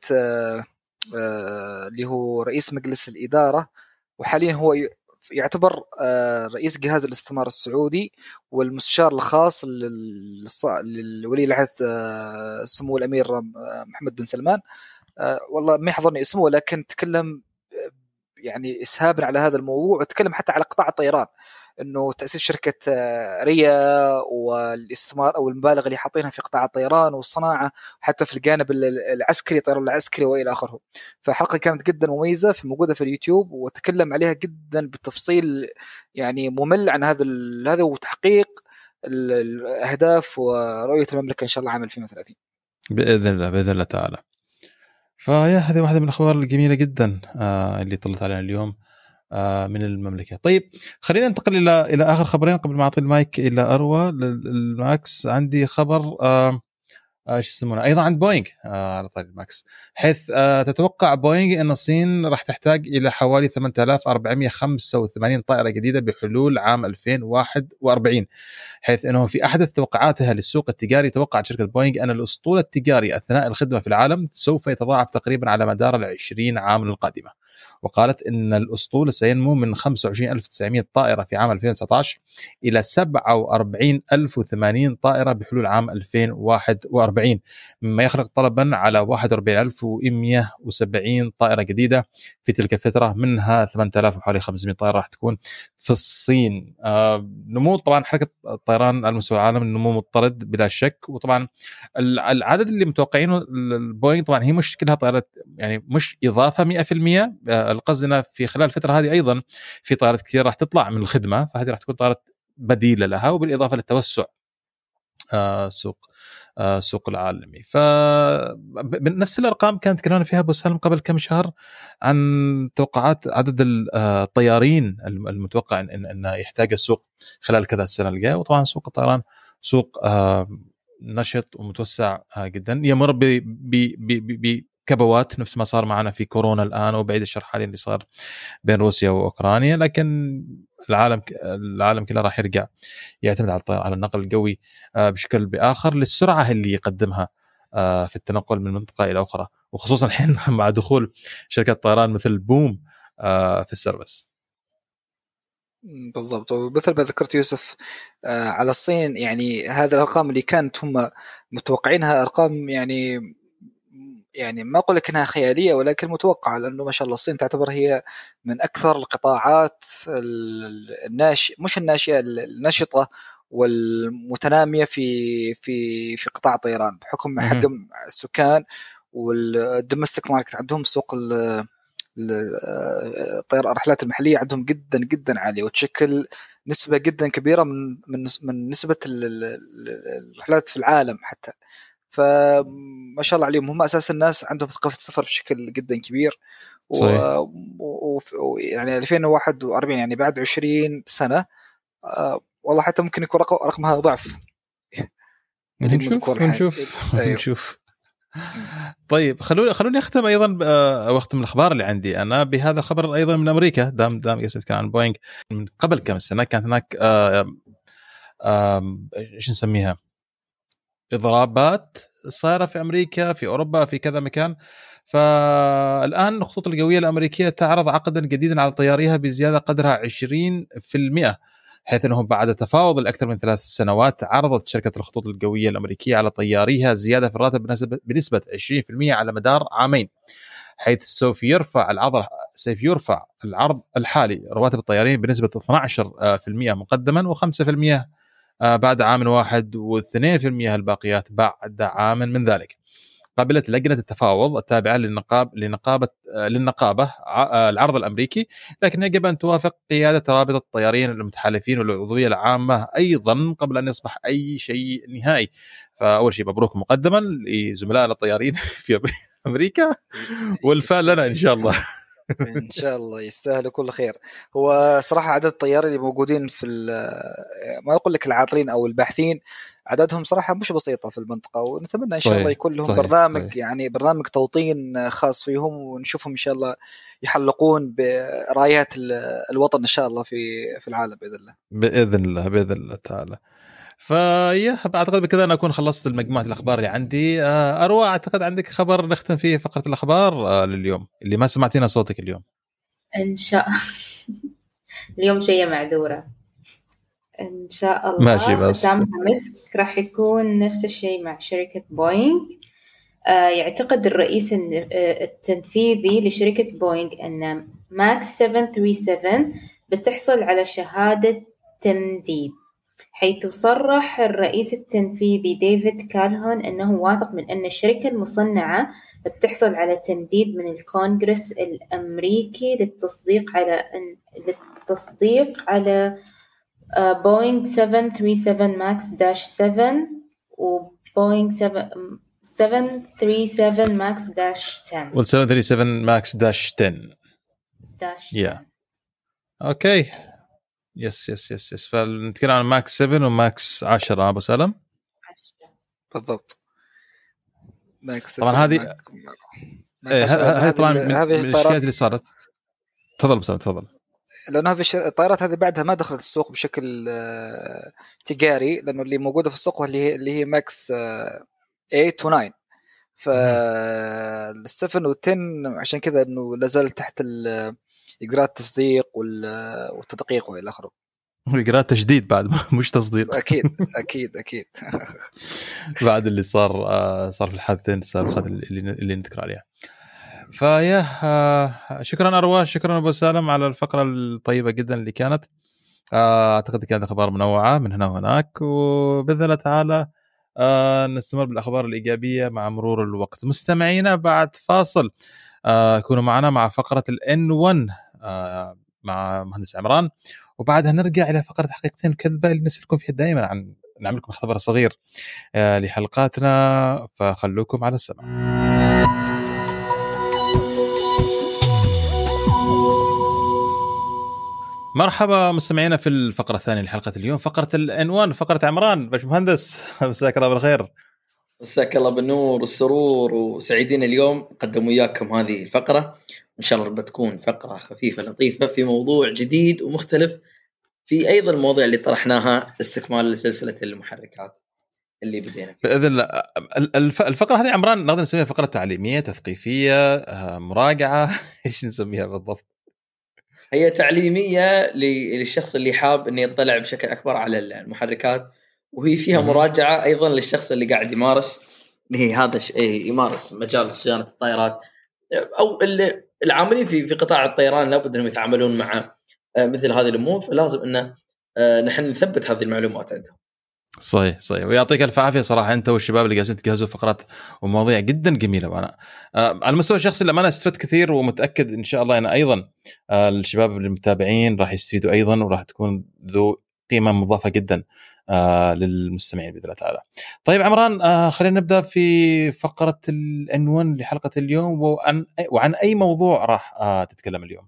اللي هو رئيس مجلس الإدارة، وحاليا هو يعتبر رئيس جهاز الاستثمار السعودي والمستشار الخاص لولي العهد سمو الأمير محمد بن سلمان. والله ما يحضرني اسمه، لكن تكلم يعني إسهابا على هذا الموضوع، وتكلم حتى على قطاع الطيران، انه تاسيس شركه ريا والاستثمار او المبالغ اللي حاطينها في قطاع الطيران والصناعه، حتى في الجانب العسكري الطيران العسكري والى اخره. فحلقه كانت جدا مميزه في موجوده في اليوتيوب، وتكلم عليها جدا بالتفصيل يعني ممل عن هذا هذا وتحقيق الاهداف ورؤيه المملكه ان شاء الله عام ألفين وثلاثين باذن الله باذن الله تعالى. فهي هذه واحده من الاخبار الجميله جدا آه اللي طلعت علينا اليوم من المملكة. طيب خلينا ننتقل إلى إلى آخر خبرين قبل ما أعطي المايك إلى أروى الماكس. عندي خبر آه ايش يسمونه ايضا عند بوينغ آه على طاري الماكس، حيث آه تتوقع بوينغ ان الصين راح تحتاج الى حوالي ثمانية آلاف وأربعمائة وخمسة وثمانين طائره جديده بحلول عام ألفين وواحد وأربعين، حيث انه في احدث توقعاتها للسوق التجاري توقعت شركه بوينغ ان الاسطول التجاري اثناء الخدمه في العالم سوف يتضاعف تقريبا على مدار العشرين عام القادمه، وقالت ان الاسطول سينمو من خمسة وعشرين ألف وتسعمائة طائره في عام ألفين وتسعة عشر الى سبعة وأربعين ألف وثمانين طائره بحلول عام ألفين وواحد وأربعين، مما يخلق طلبا على واحد وأربعين ألف ومئة وسبعين طائره جديده في تلك الفتره، منها ثمانية آلاف وحوالي خمسمائة طائره راح تكون في الصين. آه نمو طبعا حركه الطيران على مستوى العالم النمو مضطرد بلا شك، وطبعا العدد اللي متوقعينه البوينغ طبعا هي مش كلها طائرات يعني مش اضافه مئة بالمئة، آه القصدنا في خلال الفتره هذه ايضا في طائرات كثير راح تطلع من الخدمه، فهذه راح تكون طائرات بديله لها، وبالاضافه للتوسع آه سوق آه سوق العالمي. فبنفس الارقام كانت تكلمنا فيها ابو سالم قبل كم شهر عن توقعات عدد الطيارين المتوقع ان ان يحتاج السوق خلال كذا السنه الجايه، وطبعا سوق الطيران سوق آه نشط ومتوسع آه جدا، يمر ب ب كبوات نفس ما صار معنا في كورونا الآن، وبعيد الشر حاليا اللي صار بين روسيا وأوكرانيا، لكن العالم العالم كله راح يرجع يعتمد على الطيران على النقل الجوي بشكل بآخر للسرعة اللي يقدمها في التنقل من منطقة إلى أخرى. وخصوصا الحين مع دخول شركات طيران مثل بوم في السيرفس. بالضبط. ومثل ما ذكرت يوسف على الصين، يعني هذه الأرقام اللي كانت هم متوقعينها أرقام يعني يعني ما أقول لك إنها خيالية، ولكن متوقعة، لأنه ما شاء الله الصين تعتبر هي من أكثر القطاعات الناش مش الناشئة النشطة والمتنامية في في في قطاع الطيران، بحكم حجم السكان والدومستيك ماركت عندهم. سوق الطيران الرحلات المحلية عندهم جدا جدا عالية، وتشكل نسبة جدا كبيرة من من من نسبة الرحلات في العالم حتى. فما شاء الله عليهم، هم أساس الناس عندهم ثقافة السفر بشكل جدا كبير. ويعني ألفين وواحد وأربعين يعني بعد عشرين سنة، آه والله حتى ممكن يكون رقمها ضعف. نشوف نشوف نشوف. طيب خلوني خلوني اختم ايضا او اختم الاخبار اللي عندي انا بهذا الخبر ايضا من امريكا. دام دام قصدك كان عن بوينغ، من قبل كم سنه كانت هناك ايش نسميها اضرابات صايره في امريكا، في اوروبا، في كذا مكان. فالان الخطوط الجويه الامريكيه تعرض عقدا جديدا على طياريها بزياده قدرها عشرين بالمئة، حيث أنهم بعد تفاوض لأكثر من ثلاث سنوات عرضت شركة الخطوط الجوية الأمريكية على طياريها زيادة في الراتب بنسبة عشرين بالمئة على مدار عامين، حيث سوف يرفع العرض سوف يرفع العرض الحالي رواتب الطيارين بنسبة اثني عشر بالمئة مقدما وخمسة بالمئة بعد عام واحد واثنين بالمئة الباقيات بعد عام من ذلك. قابلت لجنة التفاوض التابعة للنقاب لنقابة للنقابة العرض الأمريكي، لكن يجب أن توافق قيادة رابطة الطيارين المتحالفين والعضوية العامة أيضا قبل أن يصبح أي شيء نهائي. فأول شيء مبروك مقدما لزملائنا الطيارين في أمريكا، والفعل لنا إن شاء الله. إن شاء الله يستاهلوا كل خير. هو صراحة عدد الطيارين اللي موجودين في ما أقول لك العاطلين أو الباحثين، عددهم صراحة مش بسيطة في المنطقة، ونتمنى إن شاء الله يكون لهم صحيح. برنامج صحيح. يعني برنامج توطين خاص فيهم، ونشوفهم إن شاء الله يحلقون برايات الوطن إن شاء الله في في العالم بإذن الله. بإذن الله بإذن الله تعالى. فيا أعتقد بكذا أنا أكون خلصت المجموعة الأخبار اللي عندي. أروى أعتقد عندك خبر نختم فيه فقرة الأخبار لليوم اللي ما سمعتينا صوتك اليوم. إن شاء اليوم شيء معذورة إن شاء الله. ماشي بس ختامها مسك راح يكون نفس الشيء مع شركة بوينغ. آه يعتقد الرئيس التنفيذي لشركة بوينغ أن ماكس سبعمية وثلاثة وسبعين بتحصل على شهادة تمديد، حيث صرح الرئيس التنفيذي ديفيد كالهون أنه واثق من أن الشركة المصنعة بتحصل على تمديد من الكونغرس الأمريكي للتصديق على للتصديق على بوينغ سبعمية وثلاثة وسبعين ماكس داش سبعة وبوينغ سبعمية وثلاثة وسبعين ماكس داش عشرة وال سبعمية وثلاثة وسبعين ماكس داش عشرة داش يا اوكي يس يس يس يس فنتكلم عن ماكس سبعة وماكس عشرة ابو سلام. بالضبط. ماكس طبعا هذه هذه طبعا من الاشكاليات اللي صارت. تفضل ابو سلام تفضل. لأنه هذه الطائرات هذه بعدها ما دخلت السوق بشكل تجاري، لأنه اللي موجودة في السوق اللي هي اللي هي ماكس ثمانية و9. فالسفن والتن عشان كذا إنه لازال تحت إجراء التصديق والتدقيق وإلى آخره. إجراء تجديد بعد مش تصديق. أكيد أكيد أكيد. بعد اللي صار صار في الحادثين السابقة اللي اللي نذكر عليها. فيا شكرا أروى، شكرا أبو سالم على الفقرة الطيبة جدا اللي كانت. أعتقد كانت أخبار منوعة من هنا وهناك، وبإذن الله تعالى نستمر بالأخبار الإيجابية مع مرور الوقت. مستمعينا بعد فاصل كونوا معنا مع فقرة ال إن ون مع مهندس عمران، وبعدها نرجع إلى فقرة حقيقتين كذبة اللي نسألكم فيها دائما عن نعمل لكم اختبار صغير لحلقاتنا، فخلوكم على السمع. مرحبا مستمعينا في الفقرة الثانية لحلقة اليوم، فقرة ال إن ون، فقرة عمران. باش مهندس مساك الله بالخير. مساك الله بالنور والسرور، وسعيدين اليوم نقدم وياكم هذه الفقرة، إن شاء الله بتكون فقرة خفيفة لطيفة في موضوع جديد ومختلف في أيضا المواضيع اللي طرحناها استكمال لسلسلة المحركات. اللي بدينا فيه. باذن الله. الف- الفقره هذه عمران نقدر نسميها فقره تعليميه تثقيفيه آه، مراجعه ايش نسميها بالضبط؟ هي تعليميه ل- للشخص اللي حاب انه يطلع بشكل اكبر على المحركات، وهي فيها مهم. مراجعه ايضا للشخص اللي قاعد يمارس اللي هي هذا الش- إيه، يمارس مجال صيانه الطائرات، او اللي العاملين في في قطاع الطيران لابد انهم يتعاملون مع آه، مثل هذه الامور، فلازم ان آه، نحن نثبت هذه المعلومات عندهم. صحيح صحيح، ويعطيك الف عافيه صراحه انت والشباب اللي قاعدين تجهزوا فقرات ومواضيع جدا جميله. وانا آه على المستوى الشخصي لما انا استفدت كثير، ومتاكد ان شاء الله انا ايضا آه الشباب المتابعين راح يستفيدوا ايضا، وراح تكون ذو قيمه مضافه جدا آه للمستمعين باذن الله تعالى. طيب عمران، آه خلينا نبدا في فقره العنوان لحلقه اليوم، وعن وعن اي موضوع راح آه تتكلم اليوم؟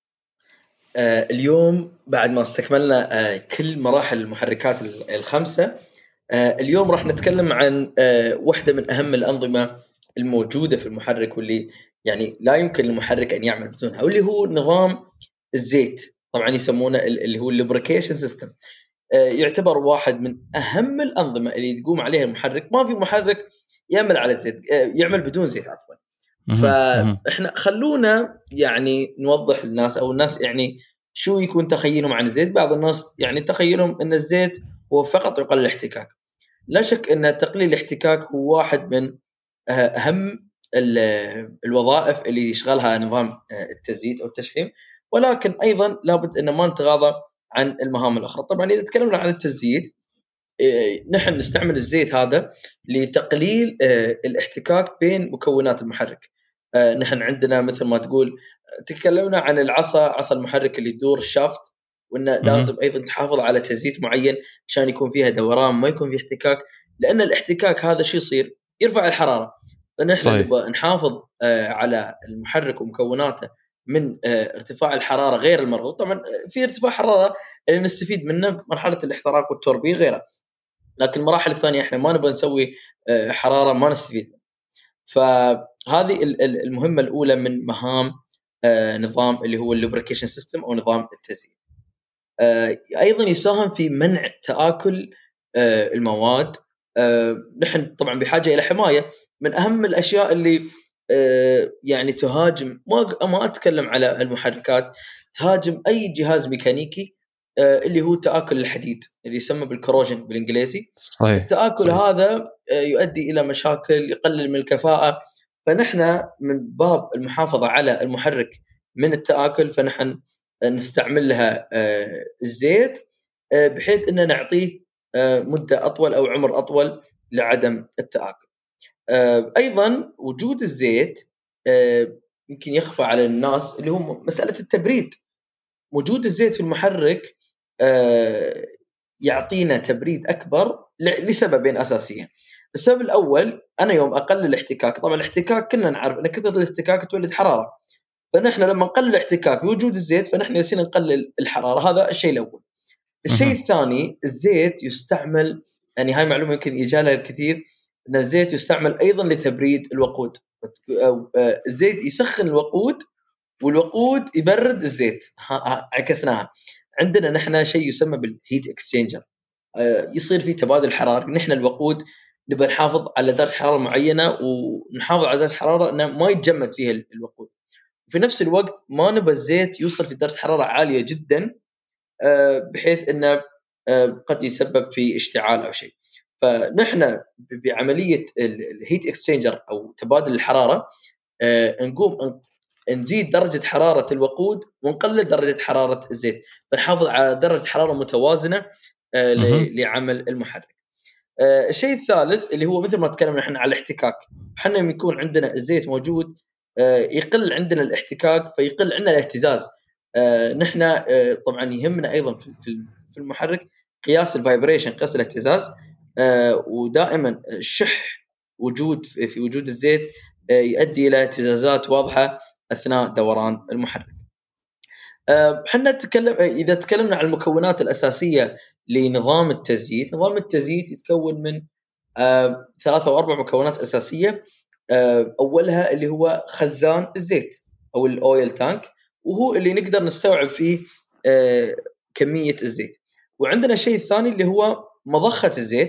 آه، اليوم بعد ما استكملنا آه، كل مراحل المحركات ال- الخمسة، آه، اليوم راح نتكلم عن آه، واحدة من أهم الأنظمة الموجودة في المحرك، واللي يعني لا يمكن للمحرك أن يعمل بدونها، واللي هو نظام الزيت. طبعا يسمونه ال- اللي هو اللوبريكيشن سيستم. يعتبر واحد من أهم الأنظمة اللي تقوم عليها المحرك. ما في محرك يعمل على الزيت، آه، يعمل بدون زيت عفوا. فاحنا خلونا يعني نوضح للناس، او الناس يعني شو يكون تخيلهم عن الزيت. بعض الناس يعني تخيلهم ان الزيت هو فقط يقلل الاحتكاك. لا شك ان تقليل الاحتكاك هو واحد من اهم الوظائف اللي يشغلها نظام التزييت او التشحيم، ولكن ايضا لابد ان ما نتغاضى عن المهام الاخرى. طبعا اذا تكلمنا عن التزييت، نحن نستعمل الزيت هذا لتقليل الاحتكاك بين مكونات المحرك. نحن عندنا مثل ما تقول، تكلمنا عن العصا، عصا المحرك اللي تدور الشافت، وانه لازم ايضا تحافظ على تزييت معين عشان يكون فيها دوران، ما يكون فيه احتكاك، لان الاحتكاك هذا شو يصير؟ يرفع الحراره. فنحن نبغى نحافظ على المحرك ومكوناته من ارتفاع الحراره غير المرغوب. طبعا في ارتفاع حراره اللي نستفيد منه مرحله الاحتراق والتوربين غيره، لكن المراحل الثانيه احنا ما نبغى نسوي حراره ما نستفيد. فهذه المهمه الاولى من مهام نظام اللي هو اللوبريكيشن سيستم او نظام التزييت. ايضا يساهم في منع تآكل المواد. نحن طبعا بحاجه الى حمايه. من اهم الاشياء اللي يعني تهاجم، ما ما اتكلم على المحركات، تهاجم اي جهاز ميكانيكي اللي هو تآكل الحديد اللي يسمى بالكروجن بالانجليزي. صحيح. التآكل صحيح. هذا يؤدي الى مشاكل، يقلل من الكفاءه. فنحن من باب المحافظه على المحرك من التآكل، فنحن نستعمل لها الزيت بحيث ان نعطيه مده اطول او عمر اطول لعدم التآكل. ايضا وجود الزيت يمكن يخفى على الناس، اللي هو مساله التبريد. وجود الزيت في المحرك يعطينا تبريد اكبر لسببين اساسيين. السبب الاول، انا يوم اقلل الاحتكاك، طبعا الاحتكاك كلنا نعرف ان كثره الاحتكاك تولد حراره، فنحن لما نقلل الاحتكاك بوجود الزيت فنحن يصير نقلل الحراره. هذا الشيء الاول. الشيء الثاني، الزيت يستعمل، يعني هاي معلومه يمكن يجهلها الكثير، ان الزيت يستعمل ايضا لتبريد الوقود. الزيت يسخن الوقود والوقود يبرد الزيت. عكسناها. عندنا نحن شيء يسمى بالهيت اكسشينجر، يصير فيه تبادل حراري. نحن الوقود نبغى نحافظ على درجه حراره معينه، ونحافظ على درجه الحراره انه ما يتجمد فيها الوقود. في نفس الوقت ما نبغى الزيت يوصل في درجه حراره عاليه جدا بحيث انه قد يسبب في اشتعال او شيء. فنحن بعمليه الهيت اكسشينجر او تبادل الحراره نقوم نزيد درجه حراره الوقود ونقلل درجه حراره الزيت، فنحافظ على درجه حراره متوازنه لعمل المحرك. الشيء الثالث اللي هو مثل ما تكلمنا نحن على الاحتكاك، احنا لما يكون عندنا الزيت موجود يقل عندنا الاحتكاك، فيقل عندنا الاهتزاز. نحن طبعا يهمنا ايضا في المحرك قياس الفايبريشن، قياس الاهتزاز، ودائما الشح وجود في وجود الزيت يؤدي الى اهتزازات واضحه اثناء دوران المحرك. احنا نتكلم اذا تكلمنا عن المكونات الاساسيه لنظام التزييت، نظام التزييت يتكون من آه، ثلاثة أو أربع مكونات أساسية. آه، أولها اللي هو خزان الزيت أو الأويل تانك، وهو اللي نقدر نستوعب فيه آه، كمية الزيت. وعندنا الشيء الثاني اللي هو مضخة الزيت،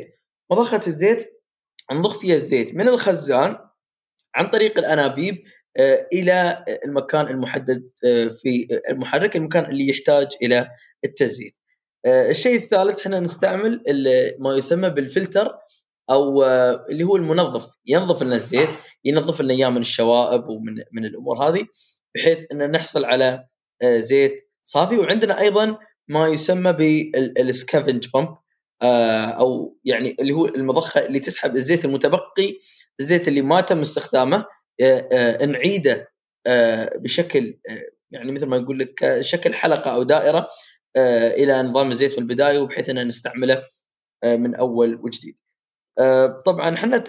مضخة الزيت نضخ فيها الزيت من الخزان عن طريق الأنابيب إلى المكان المحدد في المحرك، المكان اللي يحتاج إلى التزييت. الشيء الثالث احنا نستعمل ما يسمى بالفلتر أو اللي هو المنظف، ينظف لنا الزيت، ينظف لنا إياه من الشوائب ومن من الأمور هذه، بحيث أن نحصل على زيت صافي. وعندنا أيضا ما يسمى بالسكافنج بامب، أو يعني اللي هو المضخة اللي تسحب الزيت المتبقي، الزيت اللي ما تم استخدامه، نعيده بشكل يعني مثل ما يقول لك شكل حلقة أو دائرة إلى نظام الزيت من البداية، وبحيث أن نستعمله من أول وجديد. طبعا حنا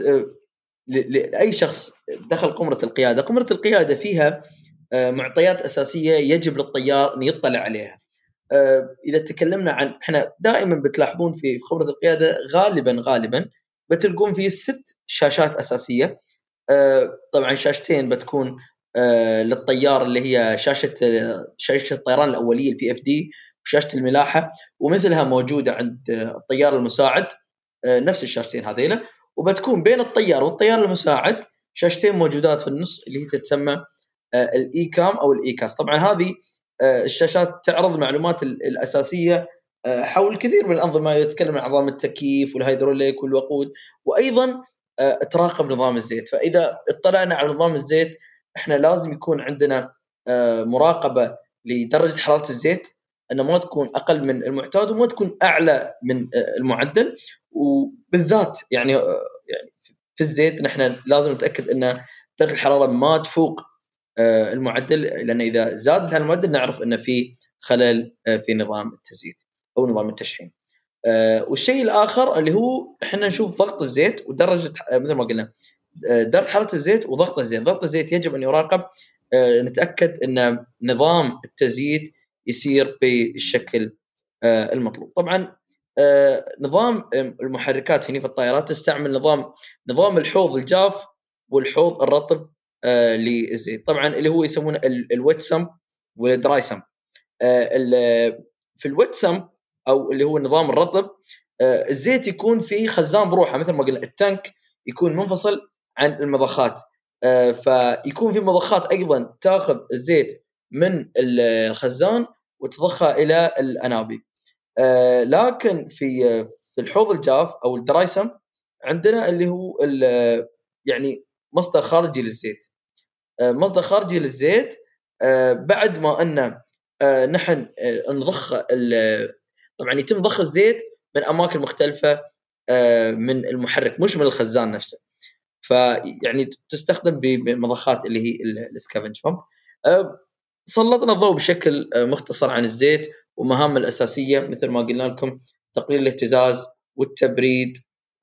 لأي شخص دخل قمرة القيادة، قمرة القيادة فيها معطيات أساسية يجب للطيار أن يطلع عليها. إذا تكلمنا عن إحنا دائما بتلاحظون في قمرة القيادة غالبا غالبا بتلقون فيه ست شاشات أساسية. طبعا شاشتين بتكون للطيار اللي هي شاشة شاشة الطيران الأولية البي اف دي، وشاشة الملاحة، ومثلها موجودة عند الطيار المساعد نفس الشاشتين هذيلا. وبتكون بين الطيار والطيار المساعد شاشتين موجودات في النص اللي هي تتسمى الاي كام او الاي كاس. طبعا هذه الشاشات تعرض المعلومات الأساسية حول كثير من الأنظمة، يتكلم عن نظام التكييف والهيدروليك والوقود، وأيضا تراقب نظام الزيت. فإذا اطلعنا على نظام الزيت احنا لازم يكون عندنا مراقبة لدرجة حرارة الزيت، أنه ما تكون أقل من المعتاد وما تكون أعلى من المعدل. وبالذات يعني يعني في الزيت نحن لازم نتأكد أن درجة الحرارة ما تفوق المعدل، لأن إذا زادت عن المعدل نعرف أن في خلل في نظام التزييت أو نظام التشحين. والشيء الآخر اللي هو إحنا نشوف ضغط الزيت ودرجة مثل ما قلنا درجة حرارة الزيت وضغط الزيت. ضغط الزيت يجب أن يراقب، نتأكد أن نظام التزييت يسير بالشكل المطلوب. طبعا نظام المحركات هنا في الطائرات تستعمل نظام نظام الحوض الجاف والحوض الرطب للزيت، طبعا اللي هو يسمونه الويت سم والدراي سم. في الويت سم أو اللي هو النظام الرطب الزيت يكون في خزان بروحه، مثل ما قلنا التانك يكون منفصل عن المضخات، فيكون في مضخات أيضا تأخذ الزيت من الخزان وتضخها إلى الأنابيب. لكن في في الحوض الجاف أو الدراي سم عندنا اللي هو يعني مصدر خارجي للزيت، مصدر خارجي للزيت بعد ما أن نحن نضخ، طبعا يتم ضخ الزيت من أماكن مختلفة من المحرك مش من الخزان نفسه، فيعني تستخدم بمضخات اللي هي السكافنج بامب. سلطنا الضوء بشكل مختصر عن الزيت ومهام الأساسية مثل ما قلنا لكم: تقليل الاهتزاز والتبريد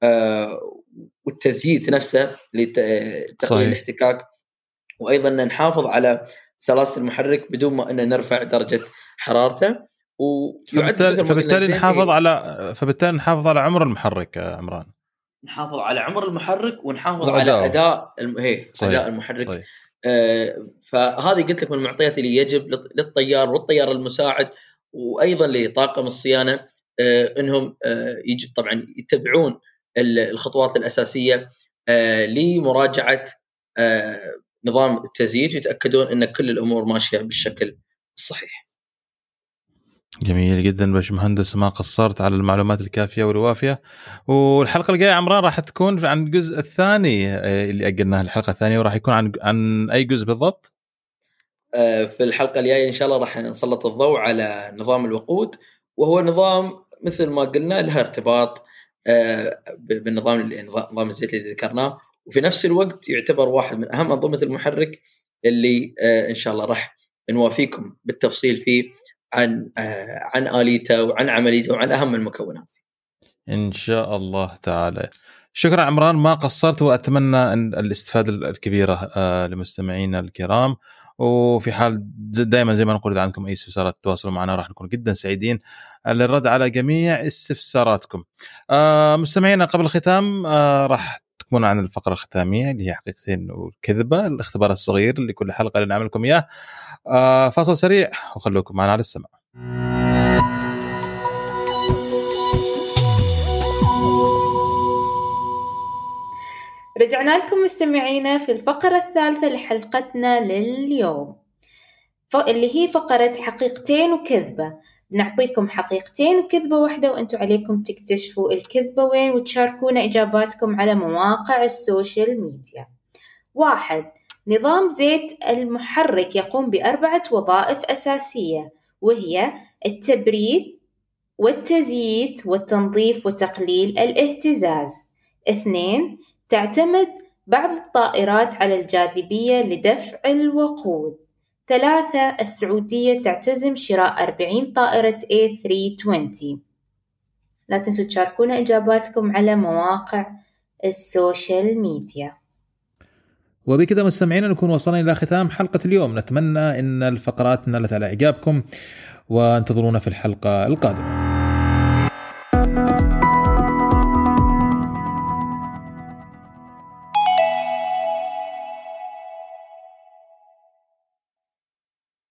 والتزييت نفسه لتقليل الاحتكاك، وأيضا نحافظ على سلاسة المحرك بدون ما أن نرفع درجة حرارته. فبالتالي, فبالتالي نحافظ على فبالتالي نحافظ على عمر المحرك يا عمران، نحافظ على عمر المحرك ونحافظ على أداء هي أداء المحرك. صحيح. آه فهذه قلت لك من المعطيات اللي يجب للطيار والطيار المساعد وأيضا لطاقم الصيانة آه إنهم آه يجب طبعا يتبعون الخطوات الأساسية آه لمراجعة آه نظام التزييت ويتأكدون أن كل الأمور ماشية بالشكل الصحيح. جميل جدا باشمهندس، ما قصرت على المعلومات الكافية والوافية. والحلقة الجاية عمران راح تكون عن الجزء الثاني اللي أجلناه الحلقة الثانية، وراح يكون عن عن أي جزء بالضبط؟ في الحلقة الجاية إن شاء الله راح نسلط الضوء على نظام الوقود، وهو نظام مثل ما قلنا له ارتباط بالنظام نظام الزيت اللي ذكرناه، وفي نفس الوقت يعتبر واحد من أهم أنظمة المحرك اللي إن شاء الله راح نوافيكم بالتفصيل فيه عن عن آليته وعن عمليته وعن أهم المكونات إن شاء الله تعالى. شكرا عمران، ما قصرت، وأتمنى أن الاستفادة الكبيرة لمستمعينا الكرام. وفي حال دائما زي ما نقول إذا عندكم أي استفسارات تواصلوا معنا، راح نكون جدا سعيدين للرد على جميع استفساراتكم. مستمعينا قبل الختام راح تكون عن الفقرة الختامية اللي هي حقيقتين والكذبة، الاختبار الصغير اللي كل حلقة اللي نعملكم إياه. فاصل سريع وخلوكم معنا على السماع. رجعنا لكم مستمعينا في الفقرة الثالثة لحلقتنا لليوم، اللي هي فقرة حقيقتين وكذبة. نعطيكم حقيقتين وكذبة واحدة وأنتم عليكم تكتشفوا الكذبة وين وتشاركونا إجاباتكم على مواقع السوشيال ميديا. واحد، نظام زيت المحرك يقوم بأربعة وظائف أساسية، وهي التبريد والتزييت والتنظيف وتقليل الاهتزاز. اثنين، تعتمد بعض الطائرات على الجاذبية لدفع الوقود. ثلاثة، السعودية تعتزم شراء أربعين طائرة إيه ثلاثمية وعشرين. لا تنسوا تشاركونا إجاباتكم على مواقع السوشيال ميديا. وبكذا مستمعينا نكون وصلنا إلى ختام حلقة اليوم. نتمنى أن الفقرات نالت على إعجابكم، وانتظرونا في الحلقة القادمة.